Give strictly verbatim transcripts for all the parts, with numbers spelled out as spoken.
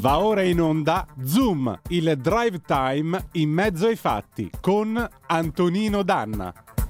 Va ora in onda Zoom, il drive time in mezzo ai fatti con Antonino Danna.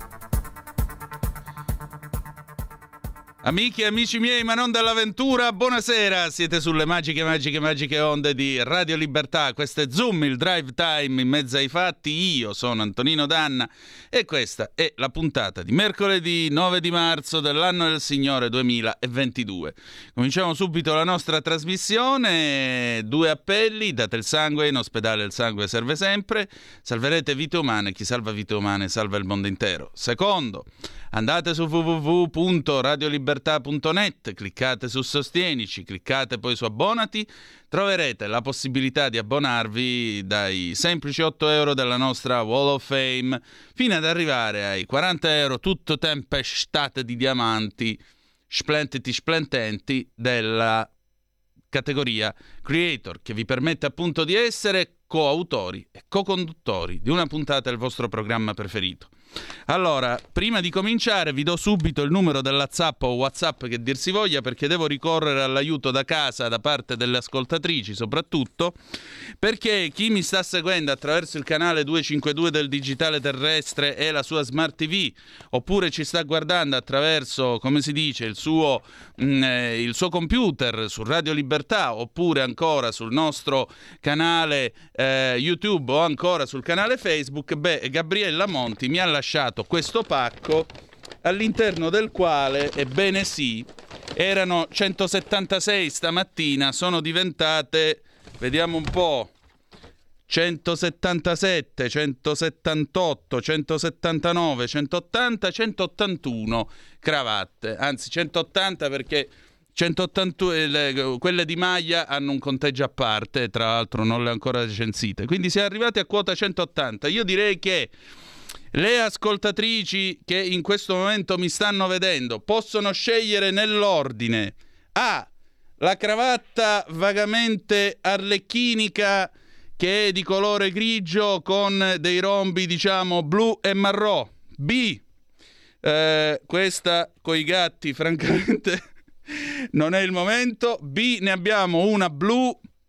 Amiche e amici miei, ma non dall'avventura, buonasera, siete sulle magiche, magiche, magiche onde di Radio Libertà. Questo è Zoom, il drive time in mezzo ai fatti. Io sono Antonino Danna e questa è la puntata di mercoledì nove di marzo dell'anno del Signore duemilaventidue. Cominciamo subito la nostra trasmissione. Due appelli: date il sangue, in ospedale il sangue serve sempre, salverete vite umane, chi salva vite umane salva il mondo intero. Secondo, andate su w w w punto radio libertà punto net, cliccate su Sostienici, cliccate poi su Abbonati, troverete la possibilità di abbonarvi dai semplici otto euro della nostra Wall of Fame fino ad arrivare ai quaranta euro tutto tempestate di diamanti splendidi splendenti della categoria Creator, che vi permette appunto di essere coautori e co-conduttori di una puntata del vostro programma preferito. Allora, prima di cominciare vi do subito il numero della Zap o WhatsApp che dir si voglia, perché devo ricorrere all'aiuto da casa da parte delle ascoltatrici, soprattutto perché chi mi sta seguendo attraverso il canale duecentocinquantadue del digitale terrestre e la sua Smart T V, oppure ci sta guardando attraverso, come si dice, il suo, mh, eh, il suo computer su Radio Libertà, oppure ancora sul nostro canale eh, YouTube o ancora sul canale Facebook, beh, Gabriella Monti mi ha lasciato questo pacco all'interno del quale, ebbene sì, erano centosettantasei stamattina, sono diventate, vediamo un po', centosettantasette, centosettantotto, centosettantanove, centottanta, centottantuno cravatte, anzi centottanta perché centottanta, le, quelle di maglia hanno un conteggio a parte, tra l'altro non le ho ancora recensite, quindi si è arrivati a quota centottanta. Io direi che le ascoltatrici che in questo momento mi stanno vedendo possono scegliere nell'ordine: A, la cravatta vagamente arlecchinica che è di colore grigio con dei rombi diciamo blu e marrò; B, eh, questa coi gatti francamente non è il momento; B, ne abbiamo una blu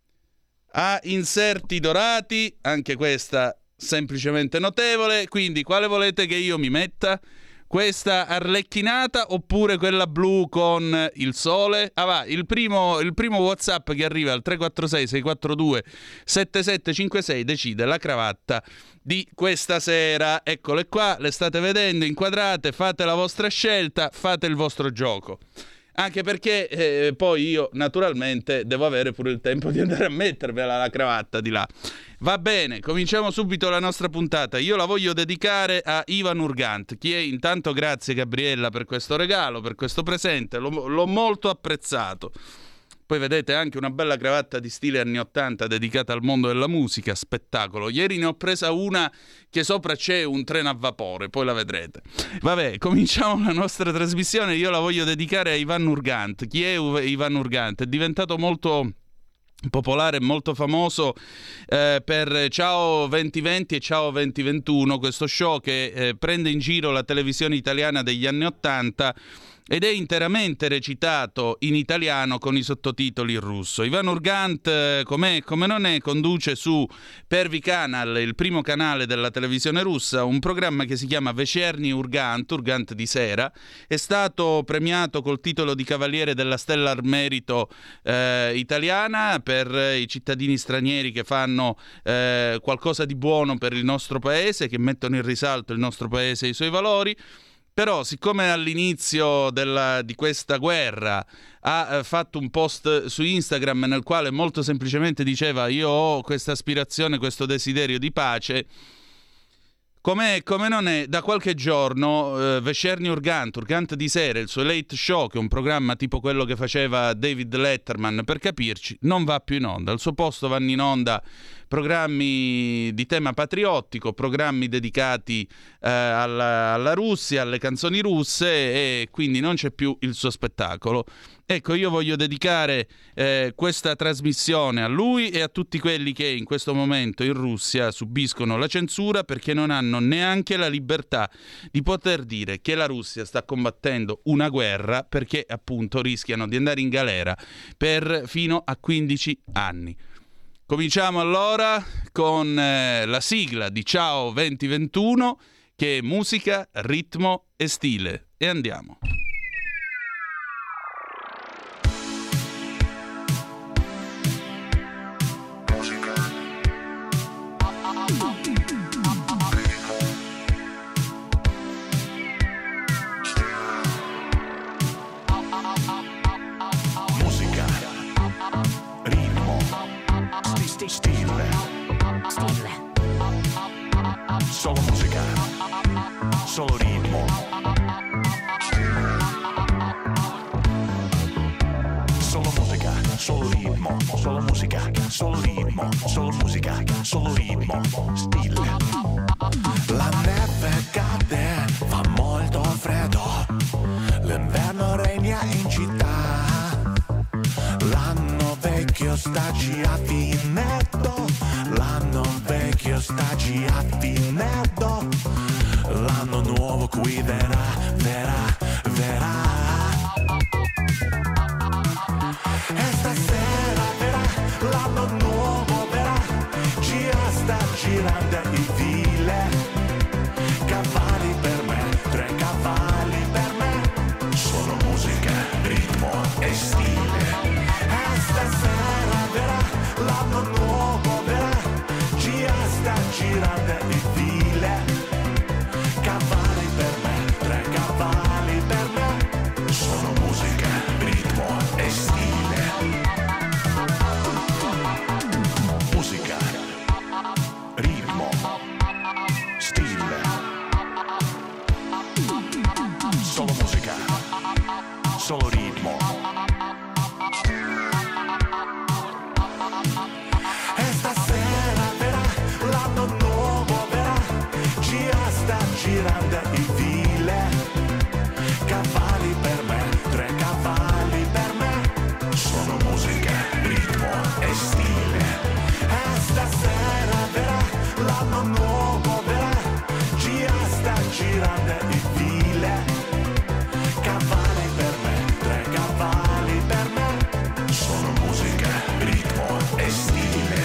a inserti dorati, anche questa semplicemente notevole. Quindi quale volete che io mi metta? Questa arlecchinata oppure quella blu con il sole? Ah va, il primo, il primo WhatsApp che arriva al tre quattro sei sei quattro due sette sette cinque sei decide la cravatta di questa sera. Eccole qua, le state vedendo inquadrate, fate la vostra scelta, fate il vostro gioco. Anche perché eh, poi io naturalmente devo avere pure il tempo di andare a mettervela la cravatta di là. Va bene, cominciamo subito la nostra puntata. Io la voglio dedicare a Ivan Urgant, che è, intanto grazie Gabriella per questo regalo, per questo presente, l'ho, l'ho molto apprezzato. Poi vedete anche una bella cravatta di stile anni ottanta dedicata al mondo della musica, spettacolo. Ieri ne ho presa una che sopra c'è un treno a vapore, poi la vedrete. Vabbè, cominciamo la nostra trasmissione. Io la voglio dedicare a Ivan Urgant. Chi è Ivan Urgant? È diventato molto popolare, molto famoso eh, per Ciao duemilaventi e Ciao duemilaventuno, questo show che eh, prende in giro la televisione italiana degli anni ottanta ed è interamente recitato in italiano con i sottotitoli in russo. Ivan Urgant, com'è, come non è, conduce su Pervi Canal, il primo canale della televisione russa, un programma che si chiama Вечерний Urgant, Urgant di sera. È stato premiato col titolo di Cavaliere della Stella al Merito eh, italiana per i cittadini stranieri che fanno eh, qualcosa di buono per il nostro paese, che mettono in risalto il nostro paese e i suoi valori. Però, siccome all'inizio della, di questa guerra ha eh, fatto un post su Instagram nel quale molto semplicemente diceva io ho questa aspirazione, questo desiderio di pace, com'è, come non è, da qualche giorno eh, Вечерний Urgant, Urgant di sera, il suo late show, che è un programma tipo quello che faceva David Letterman, per capirci, non va più in onda. Al suo posto vanno in onda programmi di tema patriottico, programmi dedicati eh, alla, alla Russia, alle canzoni russe, e quindi non c'è più il suo spettacolo. Ecco, io voglio dedicare eh, questa trasmissione a lui e a tutti quelli che in questo momento in Russia subiscono la censura perché non hanno neanche la libertà di poter dire che la Russia sta combattendo una guerra, perché appunto rischiano di andare in galera per fino a quindici anni. Cominciamo allora con eh, la sigla di Ciao venti ventuno, che è musica, ritmo e stile. E andiamo. Stile, stile, solo musica, solo ritmo, solo musica, solo ritmo, solo musica, solo ritmo, solo musica, solo ritmo, stile. La neve cade, fa molto freddo, l'inverno regna in città, l'anno vecchio stagi a finetto, l'anno vecchio stagi a finetto, l'anno nuovo qui verrà, verrà, verrà. E stasera verrà, l'anno nuovo verrà, gira sta girando il file, cavalli per me, tre cavalli per me, sono musica, ritmo e stile. E stasera verrà, l'anno nuovo verrà, gira sta girando il file, cavalli per me, tre cavalli per me, sono musica, ritmo e stile. Musica, ritmo, stile. Solo musica, solo ritmo. E stasera verrà, l'anno nuovo verrà, gira sta girando il file, cavalli per me, tre cavalli per me, sono musica, ritmo e stile. E stasera verrà, l'anno nuovo verrà, gira sta girando il file, cavalli per me, tre cavalli per me, sono musica, ritmo e stile.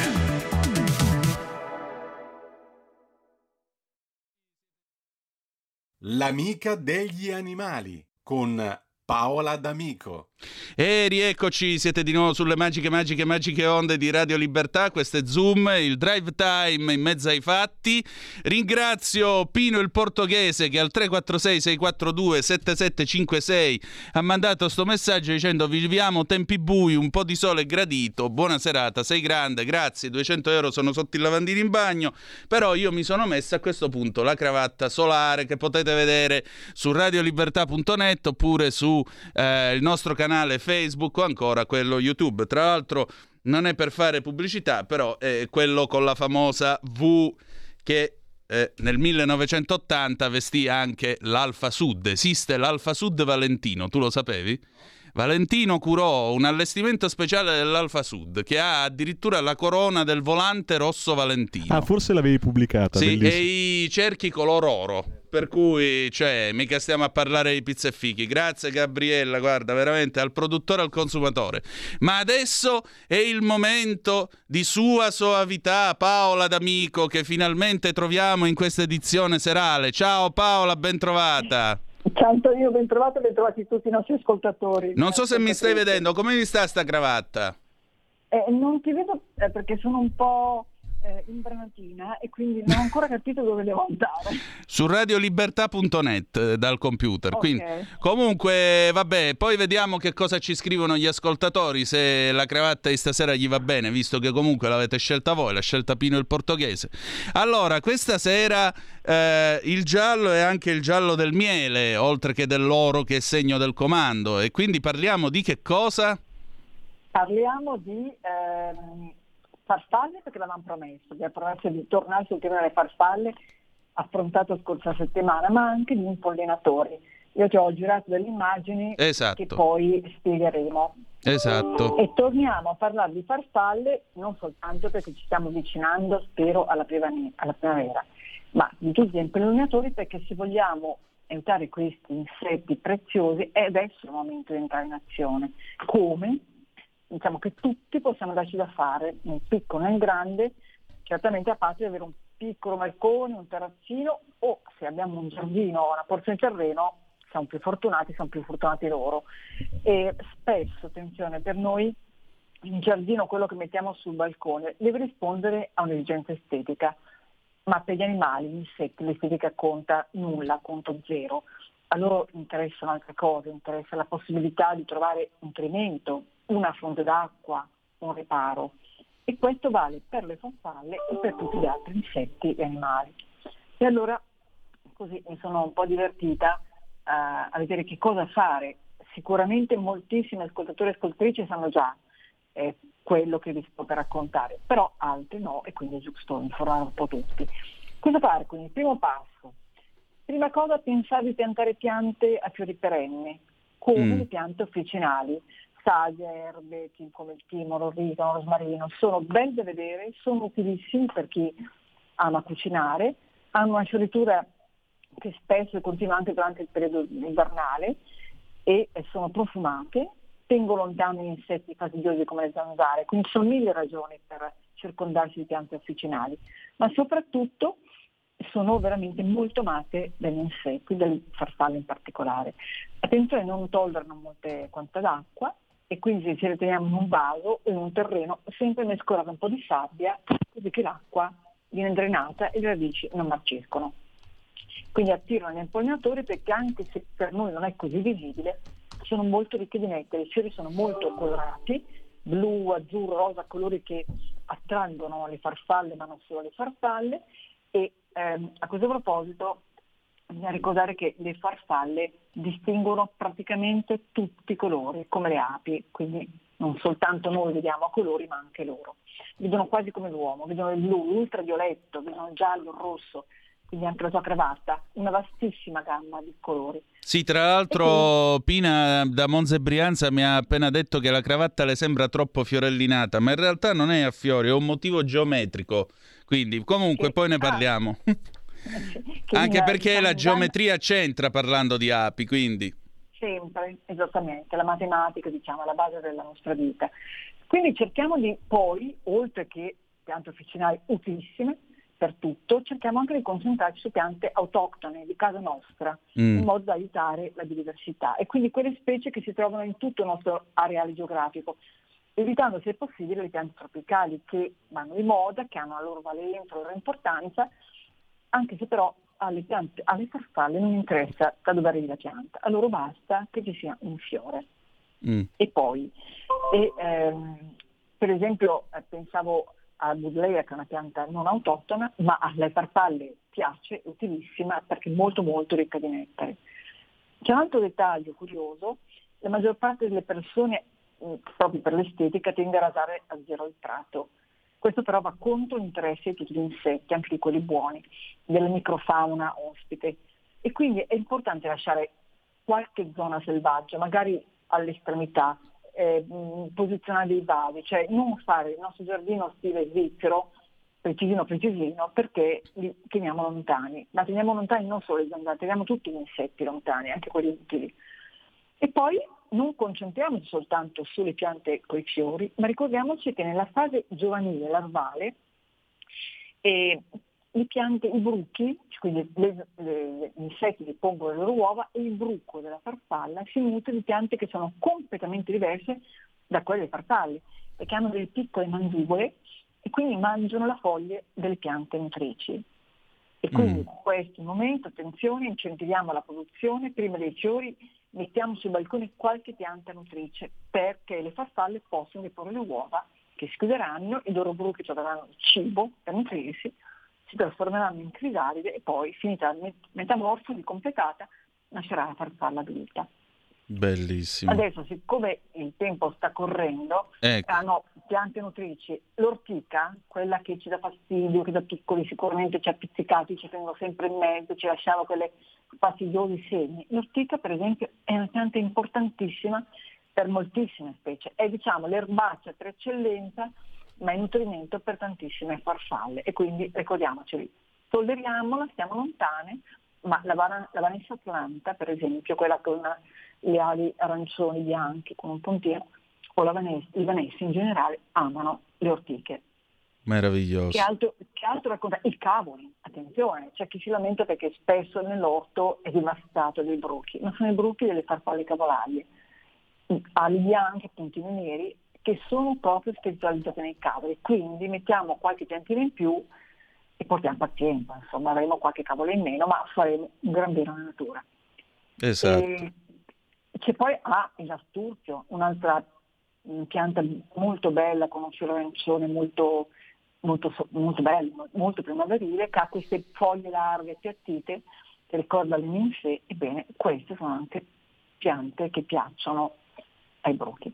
L'amica degli animali con Paola D'Amico. E rieccoci, siete di nuovo sulle magiche, magiche, magiche onde di Radio Libertà. Questo è Zoom, il drive time in mezzo ai fatti. Ringrazio Pino il Portoghese che al tre quattro sei sei quattro due sette sette cinque sei ha mandato sto messaggio dicendo: viviamo tempi bui, un po' di sole gradito, buona serata, sei grande, grazie, duecento euro sono sotto il lavandino in bagno. Però io mi sono messa a questo punto la cravatta solare che potete vedere su radiolibertà punto net oppure su eh, il nostro canale Facebook o ancora quello YouTube. Tra l'altro non è per fare pubblicità, però è quello con la famosa V che eh, nel millenovecentottanta vestì anche l'Alfa Sud. Esiste l'Alfa Sud Valentino, tu lo sapevi? Valentino curò un allestimento speciale dell'Alfa Sud che ha addirittura la corona del volante rosso Valentino. Ah, forse l'avevi pubblicata. Sì, bellissimo. e i cerchi color oro. Per cui, cioè, mica stiamo a parlare di pizza e fichi. Grazie Gabriella, guarda, veramente al produttore e al consumatore. Ma adesso è il momento di sua soavità, Paola D'Amico, che finalmente troviamo in questa edizione serale. Ciao Paola, ben trovata. Ciao Antonio, ben trovato e ben trovati tutti i nostri ascoltatori. Non so se mi stai vedendo, come mi sta sta cravatta? Eh, non ti vedo eh, perché sono un po' eh, imbranatina e quindi non ho ancora capito dove devo andare. Su radiolibertà punto net eh, dal computer. Okay. Quindi, comunque, vabbè, poi vediamo che cosa ci scrivono gli ascoltatori, se la cravatta di stasera gli va bene, visto che comunque l'avete scelta voi, l'ha scelta Pino il Portoghese. Allora, questa sera eh, il giallo è anche il giallo del miele, oltre che dell'oro che è segno del comando, e quindi parliamo di che cosa? Parliamo di ehm, farfalle, perché l'avevamo promesso, abbiamo promesso di tornare sul tema delle farfalle affrontato scorsa settimana, ma anche di impollinatori. Io ti ho girato delle immagini Esatto. che poi spiegheremo. Esatto. E torniamo a parlare di farfalle non soltanto perché ci stiamo avvicinando, spero, alla primavera, alla primavera, ma di tutti gli impollinatori, perché se vogliamo aiutare questi insetti preziosi è adesso il momento di entrare in azione. Come? diciamo che tutti possiamo darci da fare, nel piccolo, nel grande, certamente a patto di avere un piccolo balcone, un terrazzino, o se abbiamo un giardino o una porzione di terreno, siamo più fortunati, siamo più fortunati loro. E spesso, attenzione, per noi il giardino, quello che mettiamo sul balcone, deve rispondere a un'esigenza estetica, ma per gli animali, gli insetti, l'estetica conta nulla, conta zero. A loro interessano altre cose, interessa la possibilità di trovare nutrimento, una fonte d'acqua, un riparo. E questo vale per le farfalle e per tutti gli altri insetti e animali. E allora così mi sono un po' divertita uh, a vedere che cosa fare. Sicuramente moltissimi ascoltatori e ascoltatrici sanno già eh, quello che vi sto per raccontare, però altri no, e quindi è giusto informare un po' tutti. Cosa fare? Quindi il primo passo. Prima cosa, pensare di piantare piante a fiori perenni, come mm. le piante officinali. Saghe, erbe come il timo, l'origano, lo rosmarino, sono belli da vedere, sono utilissimi per chi ama cucinare, hanno una fioritura che spesso è continua anche durante il periodo invernale e sono profumate, tengono lontano gli insetti fastidiosi come le zanzare, quindi sono mille ragioni per circondarsi di piante officinali, ma soprattutto sono veramente molto amate dagli insetti, dalle farfalle in particolare. Attenzione, non tollerano molte quantità d'acqua, e quindi se le teniamo in un vaso o in un terreno, sempre mescolare un po' di sabbia, così che l'acqua viene drenata e le radici non marciscono. Quindi attirano gli impollinatori, perché anche se per noi non è così visibile, sono molto ricche di nettare, i fiori sono molto colorati, blu, azzurro, rosa, colori che attraggono le farfalle, ma non solo le farfalle. E ehm, a questo proposito bisogna ricordare che le farfalle distinguono praticamente tutti i colori, come le api, quindi non soltanto noi vediamo a colori, ma anche loro. Vedono quasi come l'uomo, vedono il blu, l'ultravioletto, vedono il giallo, il rosso, quindi anche la sua cravatta, una vastissima gamma di colori. Sì, tra l'altro quindi... Pina da Monza e Brianza mi ha appena detto che la cravatta le sembra troppo fiorellinata, ma in realtà non è a fiori, è un motivo geometrico, quindi comunque che... poi ne ah. parliamo. Che Anche in, perché diciamo, la geometria c'entra parlando di api, quindi. Sempre, esattamente, la matematica diciamo è la base della nostra vita. Quindi cerchiamo di poi, oltre che piante officinali utilissime per tutto, cerchiamo anche di concentrarci su piante autoctone di casa nostra, mm. in modo da aiutare la biodiversità. E quindi quelle specie che si trovano in tutto il nostro areale geografico, evitando se possibile le piante tropicali che vanno di moda, che hanno la loro valenza, la loro importanza, anche se però alle piante, alle farfalle non interessa da dove arrivi la pianta, a loro basta che ci sia un fiore. Mm. E poi, e, ehm, per esempio, eh, pensavo a Buddleia, che è una pianta non autoctona, ma alle farfalle piace, è utilissima perché è molto molto ricca di nettare. C'è un altro dettaglio curioso: la maggior parte delle persone, mh, proprio per l'estetica, tende a rasare a zero il prato. Questo però va contro l'interesse di tutti gli insetti, anche di quelli buoni, della microfauna ospite. E quindi è importante lasciare qualche zona selvaggia, magari all'estremità, eh, posizionare dei vasi, cioè non fare il nostro giardino stile svizzero, precisino precisino, perché li teniamo lontani. Ma teniamo lontani non solo le zanzare, teniamo tutti gli insetti lontani, anche quelli utili. E poi non concentriamoci soltanto sulle piante coi fiori, ma ricordiamoci che nella fase giovanile, larvale, eh, le piante, i bruchi, quindi le, le, gli insetti che pongono le loro uova, e il bruco della farfalla si nutre di piante che sono completamente diverse da quelle delle farfalle, perché hanno delle piccole mandibole e quindi mangiano la foglia delle piante nutrici. E quindi in mm. questo momento, attenzione, incentiviamo la produzione, prima dei fiori mettiamo sul balcone qualche pianta nutrice, perché le farfalle possono deporre le uova che si chiuderanno, i loro bruchi troveranno il cibo per nutrirsi, si trasformeranno in crisalide e poi, finita la metamorfosi completata, nascerà la farfalla adulta. Bellissimo. Adesso, siccome il tempo sta correndo, ecco. hanno piante nutrici, l'ortica, quella che ci dà fastidio, che da piccoli sicuramente ci ha pizzicati, ci tengo sempre in mezzo, ci lasciava quelle fastidiosi semi. L'ortica, per esempio, è una pianta importantissima per moltissime specie, è diciamo l'erbacea per eccellenza, ma è nutrimento per tantissime farfalle, e quindi ricordiamoceli, tolleriamola, stiamo lontane, ma la, van- la Vanessa atlanta, per esempio, quella con le ali arancioni bianche con un puntino, o la Vanessi, i vanessi in generale amano le ortiche. Meraviglioso. Che altro, che altro racconta? I cavoli, attenzione, c'è chi si lamenta perché spesso nell'orto è devastato dai bruchi, ma sono i bruchi delle farfalle cavolarie, ali bianche, puntini neri, che sono proprio specializzate nei cavoli, quindi mettiamo qualche piantina in più e portiamo pazienza, insomma avremo qualche cavolo in meno, ma faremo un gran bene alla natura. Esatto. E c'è poi ah, il nasturzio, un'altra pianta molto bella con un fiore arancione molto, molto, molto bello, molto primaverile, che ha queste foglie larghe appiattite che ricordano le ninfee. Ebbene, queste sono anche piante che piacciono ai bruchi.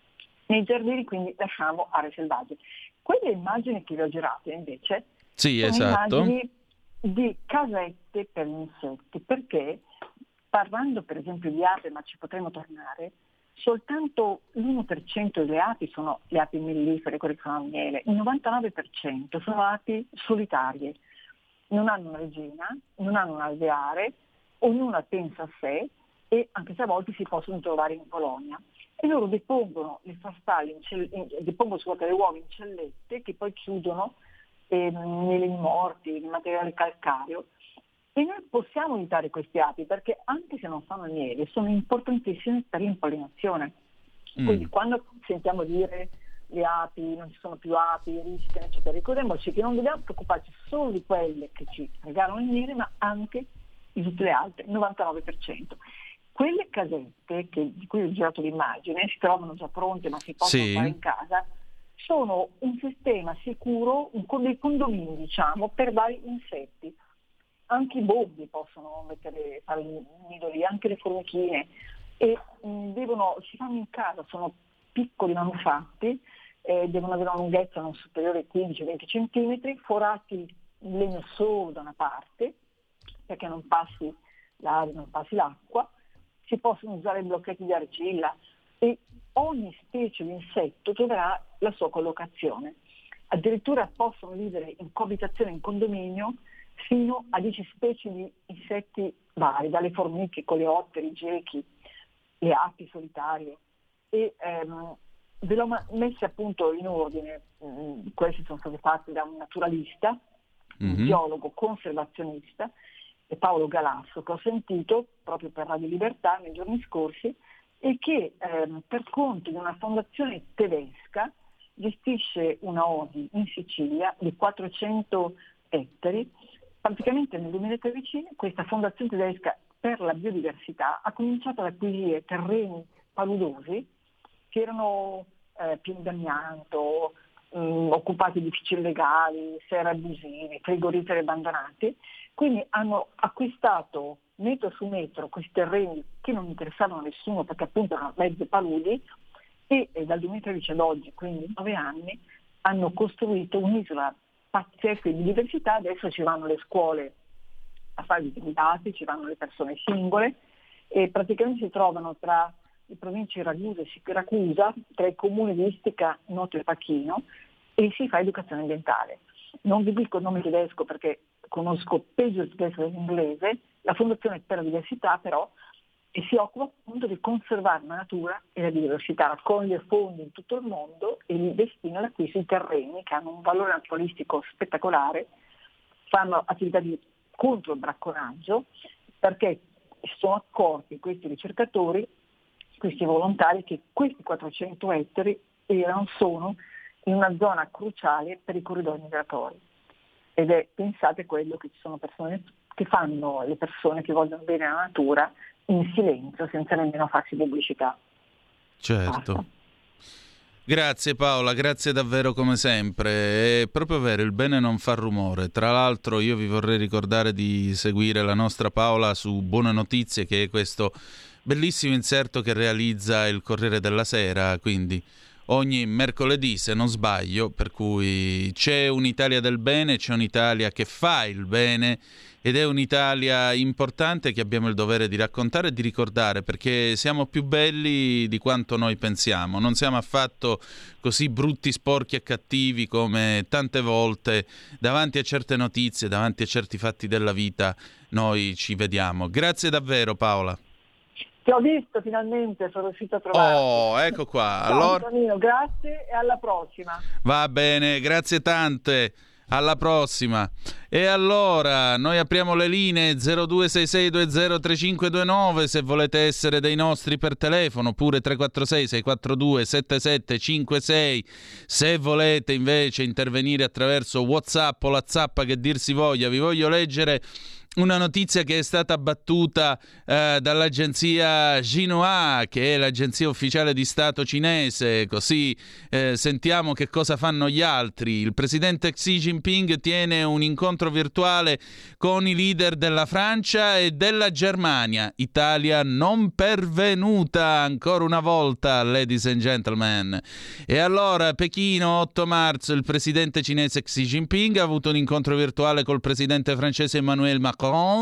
Nei giardini quindi lasciamo aree selvagge. Quelle immagini che vi ho girato invece sì, sono esatto. immagini di casette per gli insetti, perché parlando per esempio di api, ma ci potremo tornare, soltanto l'uno per cento delle api sono le api mellifere, quelle che fanno il miele, il novantanove per cento sono api solitarie, non hanno una regina, non hanno un alveare, ognuna pensa a sé e anche se a volte si possono trovare in colonia. E loro depongono le farfalle, in cell- in, depongono scusate, le uova in cellette che poi chiudono eh, nei legni morti, in materiale calcareo. E noi possiamo evitare questi api perché anche se non fanno miele sono importantissime per l'impollinazione. Mm. Quindi quando sentiamo dire le api, non ci sono più api, rischiano, eccetera, ricordiamoci che non dobbiamo preoccuparci solo di quelle che ci regalano il miele, ma anche di tutte le altre, il novantanove per cento. Quelle casette che, di cui ho girato l'immagine, si trovano già pronte ma si possono sì. fare in casa, sono un sistema sicuro, un, dei condomini diciamo, per vari insetti. Anche i bobbi possono mettere, fare il nido lì, anche le formichine, e mh, devono, si fanno in casa, sono piccoli manufatti, eh, devono avere una lunghezza non superiore ai quindici venti centimetri, forati in legno solo da una parte, perché non passi l'aria, non passi l'acqua, si possono usare blocchetti di argilla e ogni specie di insetto troverà la sua collocazione. Addirittura possono vivere in coabitazione in condominio fino a dieci specie di insetti vari, dalle formiche, coleotteri, i gechi, le api solitarie. E ehm, ve l'ho messe appunto in ordine, mm, queste sono state fatte da un naturalista, mm-hmm. un biologo conservazionista, Paolo Galasso, che ho sentito proprio per Radio Libertà nei giorni scorsi e che ehm, per conto di una fondazione tedesca gestisce una O D I in Sicilia di quattrocento ettari. Praticamente nel duemilatredici questa fondazione tedesca per la biodiversità ha cominciato ad acquisire terreni paludosi che erano eh, pieni d'amianto, mh, occupati di edifici illegali, serra abusivi, frigoriferi abbandonati. Quindi hanno acquistato metro su metro questi terreni che non interessavano a nessuno perché appunto erano mezze paludi e, e dal duemilatredici ad oggi, quindi nove anni, hanno costruito un'isola pazzesca di diversità. Adesso ci vanno le scuole a fare gli invitati, ci vanno le persone singole e praticamente si trovano tra le province di Ragusa e Siracusa, tra i comuni di Istica, Noto e Pachino, e si fa educazione ambientale. Non vi dico il nome tedesco perché conosco peggio il tedesco dell'inglese, la Fondazione per la Diversità però, e si occupa appunto di conservare la natura e la biodiversità, raccoglie fondi in tutto il mondo e li destina all'acquisto di terreni che hanno un valore naturalistico spettacolare, fanno attività di contro il bracconaggio, perché si sono accorti questi ricercatori, questi volontari, che questi quattrocento ettari erano, sono in una zona cruciale per i corridoi migratori. Ed è, pensate, quello che ci sono persone che fanno, le persone che vogliono bene alla natura in silenzio, senza nemmeno farsi pubblicità. Certo. Basta. Grazie Paola, grazie davvero come sempre. È proprio vero, il bene non fa rumore. Tra l'altro io vi vorrei ricordare di seguire la nostra Paola su Buone Notizie, che è questo bellissimo inserto che realizza il Corriere della Sera, quindi ogni mercoledì se non sbaglio, per cui c'è un'Italia del bene, c'è un'Italia che fa il bene ed è un'Italia importante che abbiamo il dovere di raccontare e di ricordare, perché siamo più belli di quanto noi pensiamo, non siamo affatto così brutti, sporchi e cattivi come tante volte davanti a certe notizie, davanti a certi fatti della vita noi ci vediamo. Grazie davvero Paola. Ti ho visto finalmente, sono riuscito a trovare. Oh, ecco qua. Ciao, Allora... Antonino, grazie e alla prossima. Va bene, grazie tante. Alla prossima. E allora, noi apriamo le linee zero due sei sei due zero tre cinque due nove se volete essere dei nostri per telefono, oppure tre quattro sei sei quattro due sette sette cinque sei se volete invece intervenire attraverso WhatsApp o la zappa che dir si voglia. Vi voglio leggere una notizia che è stata battuta eh, dall'agenzia Xinhua, che è l'agenzia ufficiale di Stato cinese, così eh, sentiamo che cosa fanno gli altri. Il presidente Xi Jinping tiene un incontro virtuale con i leader della Francia e della Germania. Italia non pervenuta ancora una volta, ladies and gentlemen. E allora, Pechino, otto marzo, il presidente cinese Xi Jinping ha avuto un incontro virtuale col presidente francese Emmanuel Macron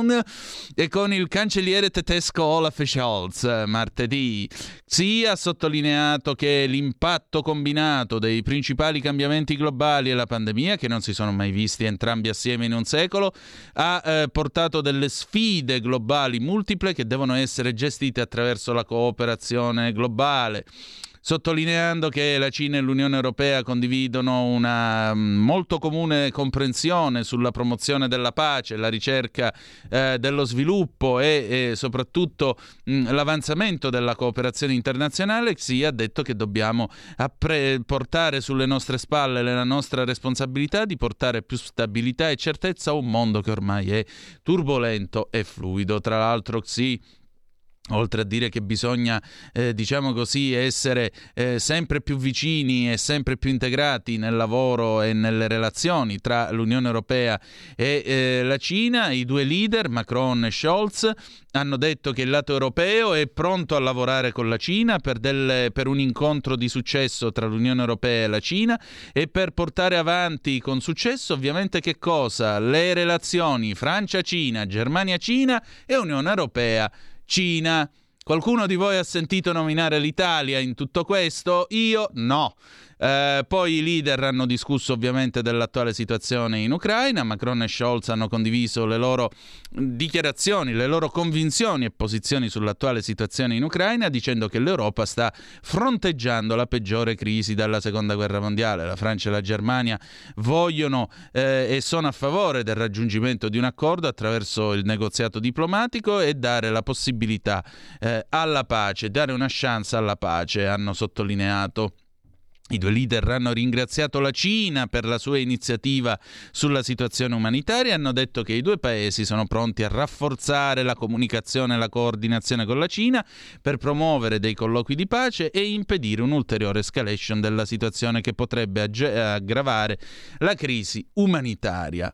e con il cancelliere tedesco Olaf Scholz martedì. Xi ha sottolineato che l'impatto combinato dei principali cambiamenti globali e la pandemia, che non si sono mai visti entrambi assieme in un secolo, ha eh, portato delle sfide globali multiple che devono essere gestite attraverso la cooperazione globale, sottolineando che la Cina e l'Unione Europea condividono una molto comune comprensione sulla promozione della pace, la ricerca eh, dello sviluppo e, e soprattutto mh, l'avanzamento della cooperazione internazionale. Xi ha detto che dobbiamo appre- portare sulle nostre spalle la nostra responsabilità di portare più stabilità e certezza a un mondo che ormai è turbolento e fluido. Tra l'altro Xi, oltre a dire che bisogna, eh, diciamo così, essere eh, sempre più vicini e sempre più integrati nel lavoro e nelle relazioni tra l'Unione Europea e eh, la Cina, i due leader, Macron e Scholz, hanno detto che il lato europeo è pronto a lavorare con la Cina per, delle, per un incontro di successo tra l'Unione Europea e la Cina e per portare avanti con successo ovviamente che cosa? Le relazioni Francia-Cina, Germania-Cina e Unione Europea-Cina. Qualcuno di voi ha sentito nominare l'Italia in tutto questo? Io no. Eh, poi i leader hanno discusso ovviamente dell'attuale situazione in Ucraina. Macron e Scholz hanno condiviso le loro dichiarazioni, le loro convinzioni e posizioni sull'attuale situazione in Ucraina, dicendo che l'Europa sta fronteggiando la peggiore crisi dalla seconda guerra mondiale. La Francia e la Germania vogliono eh, e sono a favore del raggiungimento di un accordo attraverso il negoziato diplomatico e dare la possibilità eh, alla pace, dare una chance alla pace, hanno sottolineato. I due leader hanno ringraziato la Cina per la sua iniziativa sulla situazione umanitaria e hanno detto che i due paesi sono pronti a rafforzare la comunicazione e la coordinazione con la Cina per promuovere dei colloqui di pace e impedire un'ulteriore escalation della situazione che potrebbe agge- aggravare la crisi umanitaria.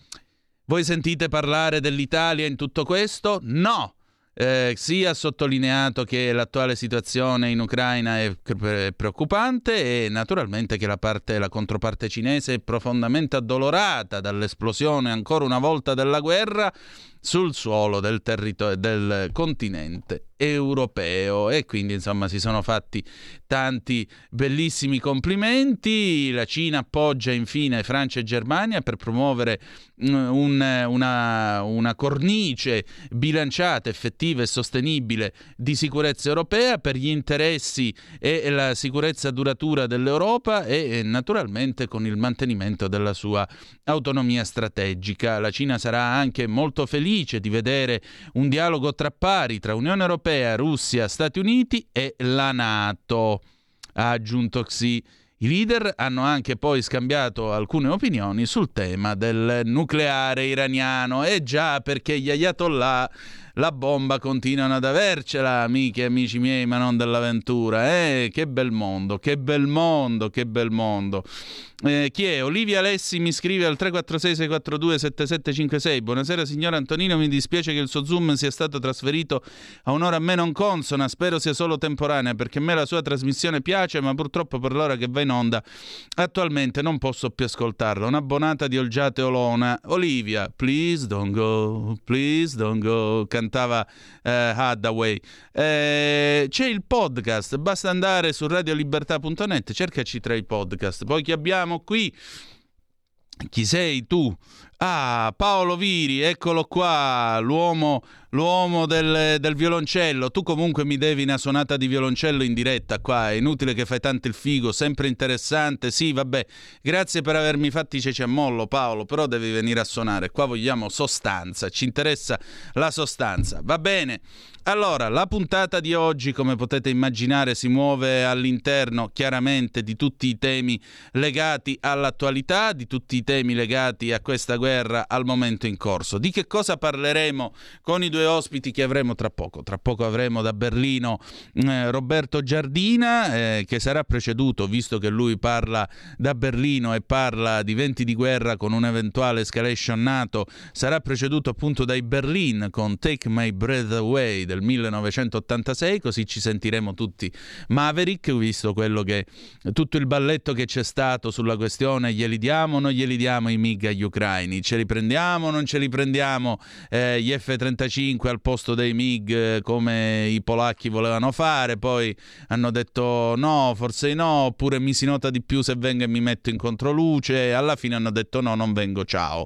Voi sentite parlare dell'Italia in tutto questo? No! Eh, Xi ha sottolineato che l'attuale situazione in Ucraina è preoccupante e naturalmente che la, parte, la controparte cinese è profondamente addolorata dall'esplosione ancora una volta della guerra sul suolo del territorio del continente europeo, e quindi insomma si sono fatti tanti bellissimi complimenti. La Cina appoggia infine Francia e Germania per promuovere un, una, una cornice bilanciata, effettiva e sostenibile di sicurezza europea per gli interessi e la sicurezza duratura dell'Europa e, e naturalmente con il mantenimento della sua autonomia strategica. La Cina sarà anche molto felice di vedere un dialogo tra pari tra Unione Europea, Russia, Stati Uniti e la NATO, ha aggiunto Xi. I leader hanno anche poi scambiato alcune opinioni sul tema del nucleare iraniano. E già, perché gli ayatollah la bomba continuano ad avercela, amiche e amici miei, ma non dell'avventura. Eh, che bel mondo, che bel mondo, che bel mondo. Eh, chi è? Olivia Alessi mi scrive al tre quattro sei sei quattro due sette sette cinque sei. Buonasera signor Antonino, mi dispiace che il suo Zoom sia stato trasferito a un'ora a me non consona, spero sia solo temporanea, perché a me la sua trasmissione piace, ma purtroppo per l'ora che va in onda attualmente non posso più ascoltarla. Un'abbonata di Olgiate Olona. Olivia, please don't go, please don't go, cantava eh, Hathaway. Eh, c'è il podcast, basta andare su radiolibertà punto net, cercaci tra i podcast. Poi chi abbiamo qui? Chi sei tu? Ah, Paolo Viri, eccolo qua, l'uomo, l'uomo del, del violoncello. Tu comunque mi devi una suonata di violoncello in diretta qua, è inutile che fai tanto il figo, sempre interessante. Sì, vabbè, grazie per avermi fatti ceci a mollo, Paolo, però devi venire a suonare. Qua vogliamo sostanza, ci interessa la sostanza. Va bene. Allora, la puntata di oggi, come potete immaginare, si muove all'interno chiaramente di tutti i temi legati all'attualità, di tutti i temi legati a questa guerra al momento in corso. Di che cosa parleremo con i due ospiti che avremo tra poco? Tra poco avremo da Berlino eh, Roberto Giardina, eh, che sarà preceduto, visto che lui parla da Berlino e parla di venti di guerra con un'eventuale escalation NATO, sarà preceduto appunto dai Berlin con Take My Breath Away del millenovecentottantasei, così ci sentiremo tutti Maverick, visto quello che tutto il balletto che c'è stato sulla questione, glieli diamo o non glieli diamo i MiG agli ucraini, ce li prendiamo o non ce li prendiamo eh, gli F trentacinque al posto dei MiG eh, come i polacchi volevano fare, poi hanno detto no, forse no, oppure mi si nota di più se vengo e mi metto in controluce, alla fine hanno detto no, non vengo, ciao.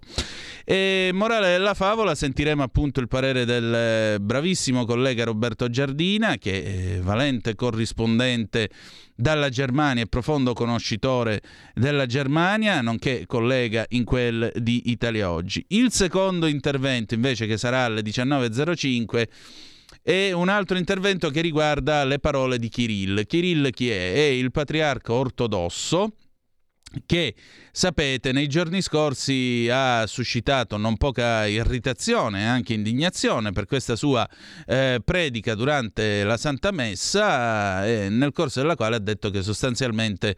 E morale della favola, sentiremo appunto il parere del bravissimo collega Roberto Giardina, che è valente corrispondente dalla Germania e profondo conoscitore della Germania, nonché collega in quel di Italia Oggi. Il secondo intervento invece, che sarà alle diciannove e zero cinque, è un altro intervento che riguarda le parole di Kirill. Kirill chi è? È il patriarca ortodosso che, sapete, nei giorni scorsi ha suscitato non poca irritazione e anche indignazione per questa sua eh, predica durante la Santa Messa, eh, nel corso della quale ha detto che sostanzialmente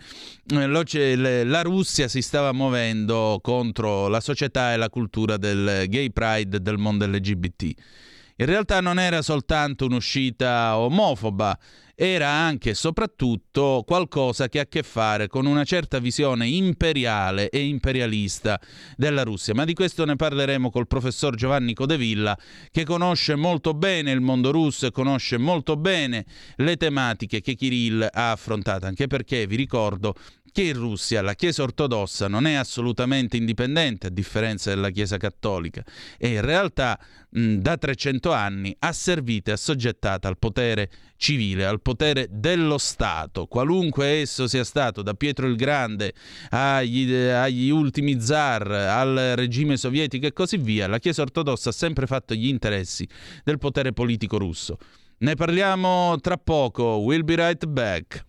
eh, la Russia si stava muovendo contro la società e la cultura del gay pride e del mondo L G B T. In realtà non era soltanto un'uscita omofoba, era anche e soprattutto qualcosa che ha a che fare con una certa visione imperiale e imperialista della Russia. Ma di questo ne parleremo col professor Giovanni Codevilla, che conosce molto bene il mondo russo e conosce molto bene le tematiche che Kirill ha affrontato, anche perché vi ricordo che in Russia la Chiesa ortodossa non è assolutamente indipendente, a differenza della Chiesa cattolica, e in realtà mh, da trecento anni asservita e assoggettata al potere civile, al potere dello Stato, qualunque esso sia stato, da Pietro il Grande agli, agli ultimi zar, al regime sovietico e così via. La Chiesa ortodossa ha sempre fatto gli interessi del potere politico russo. Ne parliamo tra poco. We'll be right back.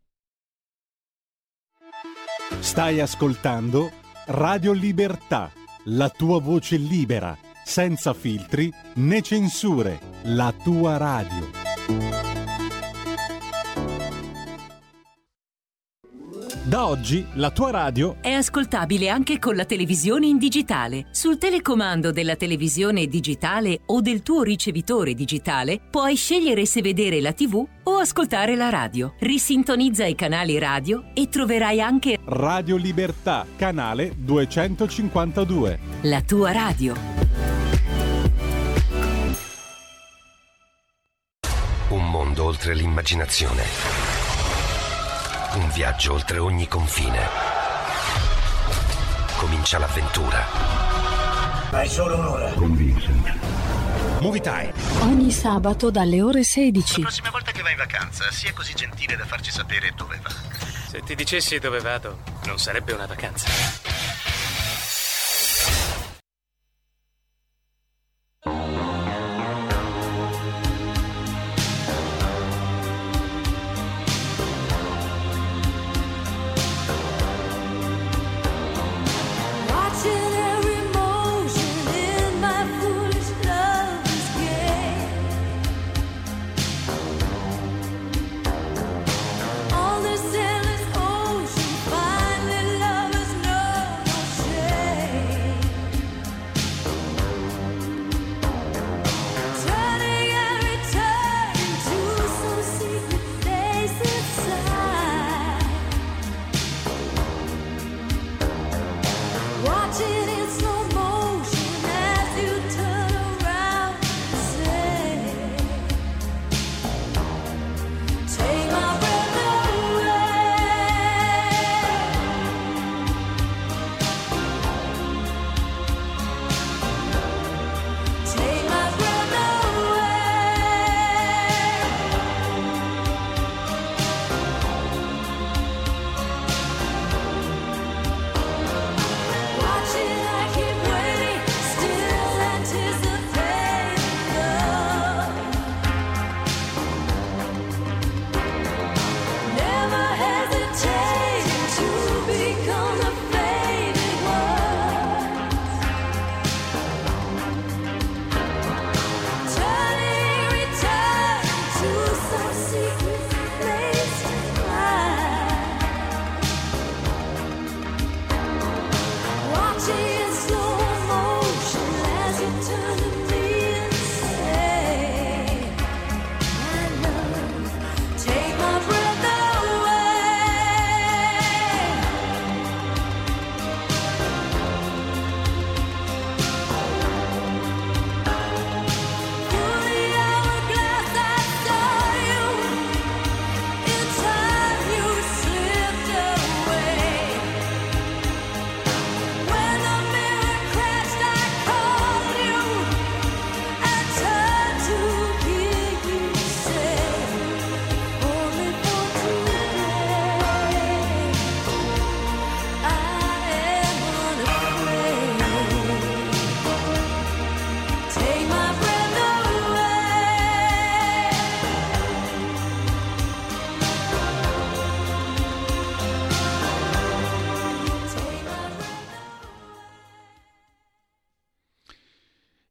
Stai ascoltando Radio Libertà, la tua voce libera, senza filtri né censure, la tua radio. Da oggi la tua radio è ascoltabile anche con la televisione in digitale. Sul telecomando della televisione digitale o del tuo ricevitore digitale puoi scegliere se vedere la tivù o ascoltare la radio. Risintonizza i canali radio e troverai anche Radio Libertà, canale duecentocinquantadue. La tua radio. Un mondo oltre l'immaginazione. Un viaggio oltre ogni confine. Comincia l'avventura. Hai solo un'ora. Con Vincent. Movie Time. Ogni sabato dalle ore sedici. La prossima volta che vai in vacanza, sia così gentile da farci sapere dove va. Se ti dicessi dove vado, non sarebbe una vacanza. All the sailors' ocean, finally lovers know.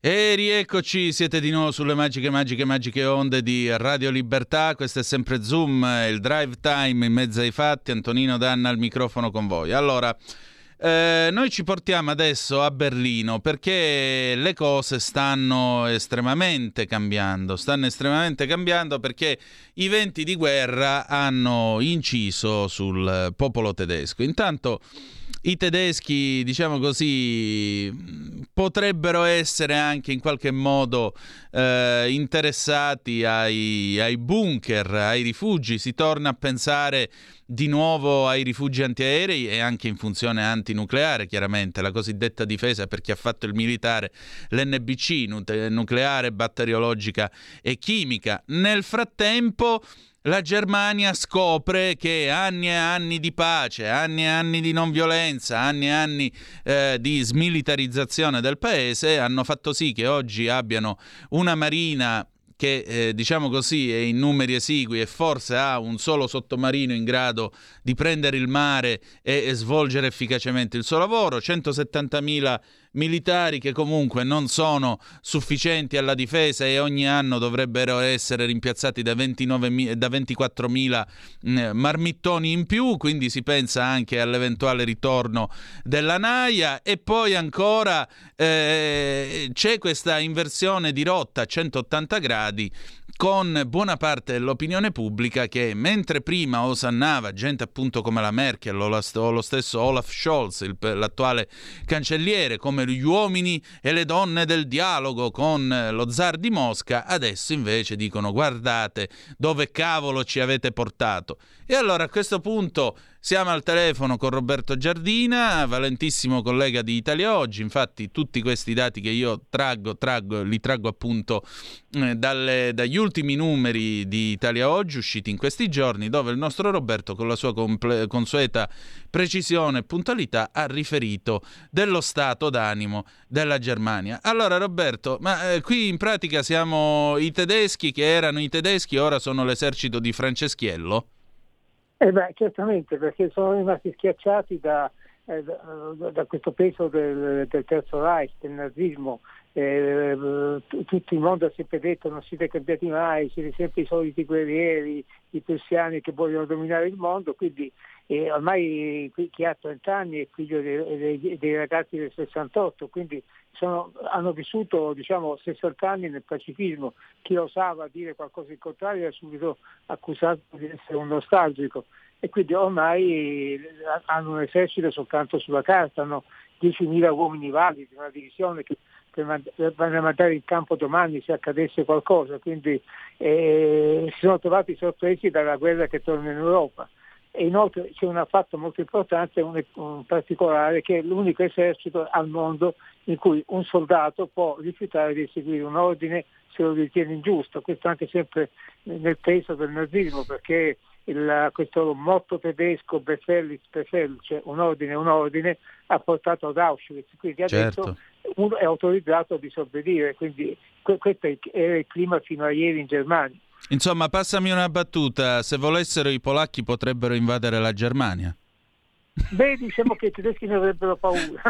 E rieccoci, siete di nuovo sulle magiche, magiche, magiche onde di Radio Libertà. Questo è sempre Zoom, il drive time in mezzo ai fatti. Antonino Danna al microfono con voi. Allora, eh, noi ci portiamo adesso a Berlino perché le cose stanno estremamente cambiando. Stanno estremamente cambiando perché i venti di guerra hanno inciso sul popolo tedesco. Intanto i tedeschi, diciamo così, potrebbero essere anche in qualche modo eh, interessati ai, ai bunker, ai rifugi. Si torna a pensare di nuovo ai rifugi antiaerei e anche in funzione antinucleare, chiaramente, la cosiddetta difesa per chi ha fatto il militare, l'N B C, nucleare, batteriologica e chimica. Nel frattempo la Germania scopre che anni e anni di pace, anni e anni di non violenza, anni e anni eh, di smilitarizzazione del paese hanno fatto sì che oggi abbiano una marina che eh, diciamo così è in numeri esigui e forse ha un solo sottomarino in grado di prendere il mare e, e svolgere efficacemente il suo lavoro, centosettantamila militari che comunque non sono sufficienti alla difesa e ogni anno dovrebbero essere rimpiazzati da, ventinove, da ventiquattromila eh, marmittoni in più, quindi si pensa anche all'eventuale ritorno della Naia. E poi ancora eh, c'è questa inversione di rotta a centottanta gradi con buona parte dell'opinione pubblica che, mentre prima osannava gente appunto come la Merkel o, la, o lo stesso Olaf Scholz, il, l'attuale cancelliere, come gli uomini e le donne del dialogo con lo zar di Mosca, adesso invece dicono: guardate dove cavolo ci avete portato. E allora a questo punto siamo al telefono con Roberto Giardina, valentissimo collega di Italia Oggi. Infatti tutti questi dati che io traggo, traggo li traggo appunto eh, dalle, dagli ultimi numeri di Italia Oggi usciti in questi giorni, dove il nostro Roberto, con la sua comple- consueta precisione e puntualità, ha riferito dello stato d'animo della Germania. Allora Roberto, ma eh, qui in pratica siamo i tedeschi che erano i tedeschi, ora sono l'esercito di Franceschiello? Eh beh, certamente, perché sono rimasti schiacciati da, eh, da, da questo peso del, del Terzo Reich, del nazismo. Eh, t- tutto il mondo ha sempre detto: non siete cambiati mai, siete sempre i soliti guerrieri, i persiani che vogliono dominare il mondo. Quindi eh, ormai chi ha trenta anni è figlio dei, dei, dei ragazzi del sessantotto, quindi sono, hanno vissuto diciamo sessanta anni nel pacifismo. Chi osava dire qualcosa in contrario era subito accusato di essere un nostalgico, e quindi ormai hanno un esercito soltanto sulla carta, hanno diecimila uomini validi, una divisione che vanno a mandare in campo domani se accadesse qualcosa, quindi eh, si sono trovati sorpresi dalla guerra che torna in Europa. E inoltre c'è un fatto molto importante, un, un particolare, che è l'unico esercito al mondo in cui un soldato può rifiutare di eseguire un ordine se lo ritiene ingiusto. Questo anche sempre nel peso del nazismo, perché il, questo motto tedesco Befehl ist Befehl, cioè un ordine è un ordine, ha portato ad Auschwitz, quindi adesso certo. Uno è autorizzato a disobbedire, quindi questo era il clima fino a ieri in Germania. Insomma, passami una battuta: se volessero i polacchi potrebbero invadere la Germania? Beh, diciamo che i tedeschi ne avrebbero paura.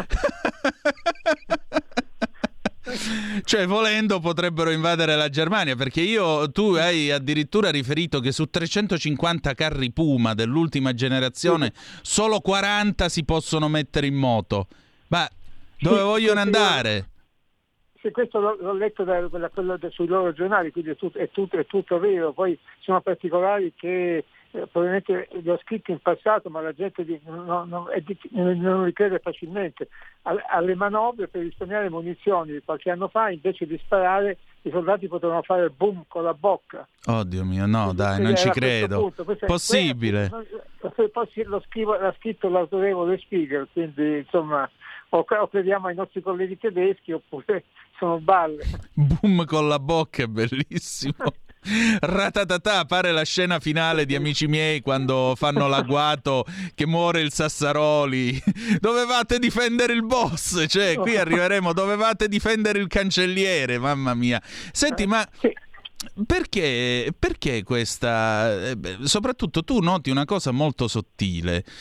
Cioè, volendo potrebbero invadere la Germania, perché io tu hai addirittura riferito che su trecentocinquanta carri Puma dell'ultima generazione sì. solo quaranta si possono mettere in moto. Ma dove sì, vogliono andare? Sì, questo l'ho, l'ho letto da, da quello da, sui loro giornali, quindi è tutto, è, tutto, è tutto vero. Poi sono particolari che eh, probabilmente li ho scritti in passato, ma la gente di, no, no, è di, non li crede facilmente. Alle, alle manovre per risparmiare munizioni qualche anno fa, invece di sparare, i soldati potevano fare il boom con la bocca. Oddio mio, no, dai, non ci credo. Possibile. Poi lo scrivo, l'ha scritto l'autorevole Spiegel, quindi insomma o crediamo ai nostri colleghi tedeschi oppure sono balle. Boom con la bocca è bellissimo. Ratatatà, pare la scena finale di Amici miei quando fanno l'agguato che muore il Sassaroli. Dovevate difendere il boss, cioè qui arriveremo, dovevate difendere il cancelliere, mamma mia. Senti, ma perché, perché questa, soprattutto tu noti una cosa molto sottile.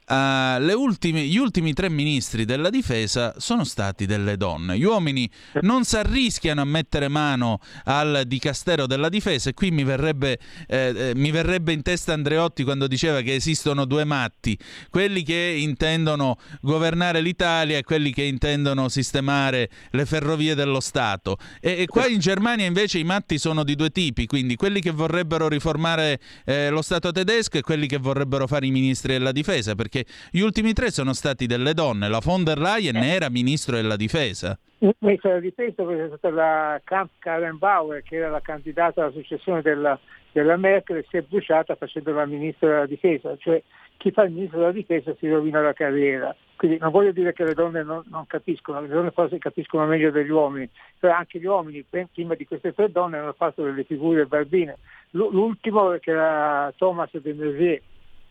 uh, le ultime, gli ultimi tre ministri della difesa sono stati delle donne. Gli uomini non si arrischiano a mettere mano al dicastero della difesa, e qui mi verrebbe, eh, mi verrebbe in testa Andreotti quando diceva che esistono due matti, quelli che intendono governare l'Italia e quelli che intendono sistemare le ferrovie dello Stato. E, e qua in Germania invece i matti sono di due tipi, quindi quelli che vorrebbero riformare eh, lo Stato tedesco e quelli che vorrebbero fare i ministri della difesa, perché gli ultimi tre sono stati delle donne. La von der Leyen era ministro della difesa. Il ministro della difesa è stata la Kramp-Karrenbauer, che era la candidata alla successione della, della Merkel, e si è bruciata facendo la ministra della difesa. Cioè, chi fa il ministro della difesa si rovina la carriera. Quindi non voglio dire che le donne non, non capiscono, le donne forse capiscono meglio degli uomini, però anche gli uomini prima di queste tre donne hanno fatto delle figure barbine. L'ultimo, che era Thomas de Maizière,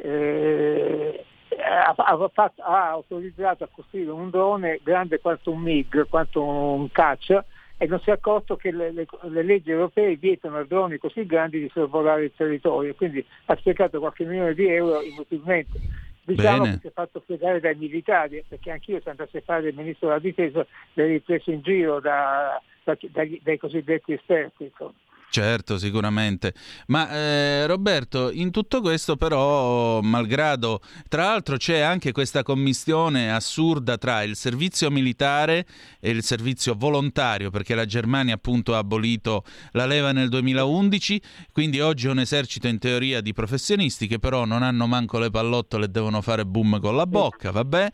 eh, ha, ha, fatto, ha autorizzato a costruire un drone grande quanto un MiG, quanto un caccia, e non si è accorto che le, le, le leggi europee vietano a droni così grandi di sorvolare il territorio, quindi ha sprecato qualche milione di euro inutilmente. Diciamo Bene. Che si è fatto fregare dai militari, perché anch'io, se andassi a fare il ministro della difesa, l'hai preso in giro da, da, dai, dai cosiddetti esperti, insomma. Certo, sicuramente. Ma eh, Roberto, in tutto questo però, malgrado, tra l'altro c'è anche questa commistione assurda tra il servizio militare e il servizio volontario, perché la Germania appunto ha abolito la leva nel duemilaundici, quindi oggi è un esercito in teoria di professionisti che però non hanno manco le pallottole e devono fare boom con la bocca, vabbè.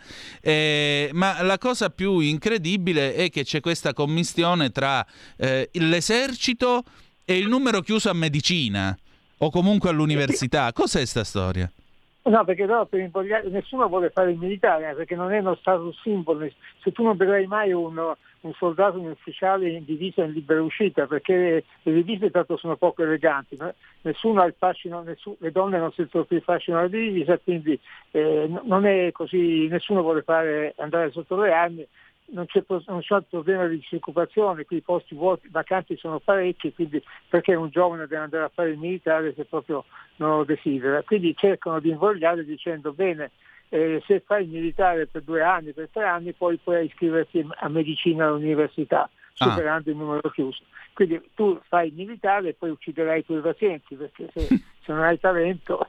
Eh, ma la cosa più incredibile è che c'è questa commistione tra eh, l'esercito e il numero chiuso a medicina o comunque all'università. Cos'è sta storia? No, perché no, per invogliare, nessuno vuole fare il militare, perché non è uno status simbolo. Se tu non vedrai mai un, un soldato, un ufficiale in divisa in libera uscita, perché le divise tanto sono poco eleganti, no? Nessuno ha il fascino, nessuno, le donne non sentono più il fascino della divisa, quindi eh, non è così, nessuno vuole fare andare sotto le armi. Non c'è, non c'è il problema di disoccupazione, qui i posti vuoti, vacanti sono parecchi, quindi perché un giovane deve andare a fare il militare se proprio non lo desidera? Quindi cercano di invogliare dicendo bene, eh, se fai il militare per due anni, per tre anni, poi puoi iscriverti a medicina all'università, superando ah. il numero chiuso. Quindi tu fai il militare e poi ucciderai i tuoi pazienti, perché se, se non hai talento...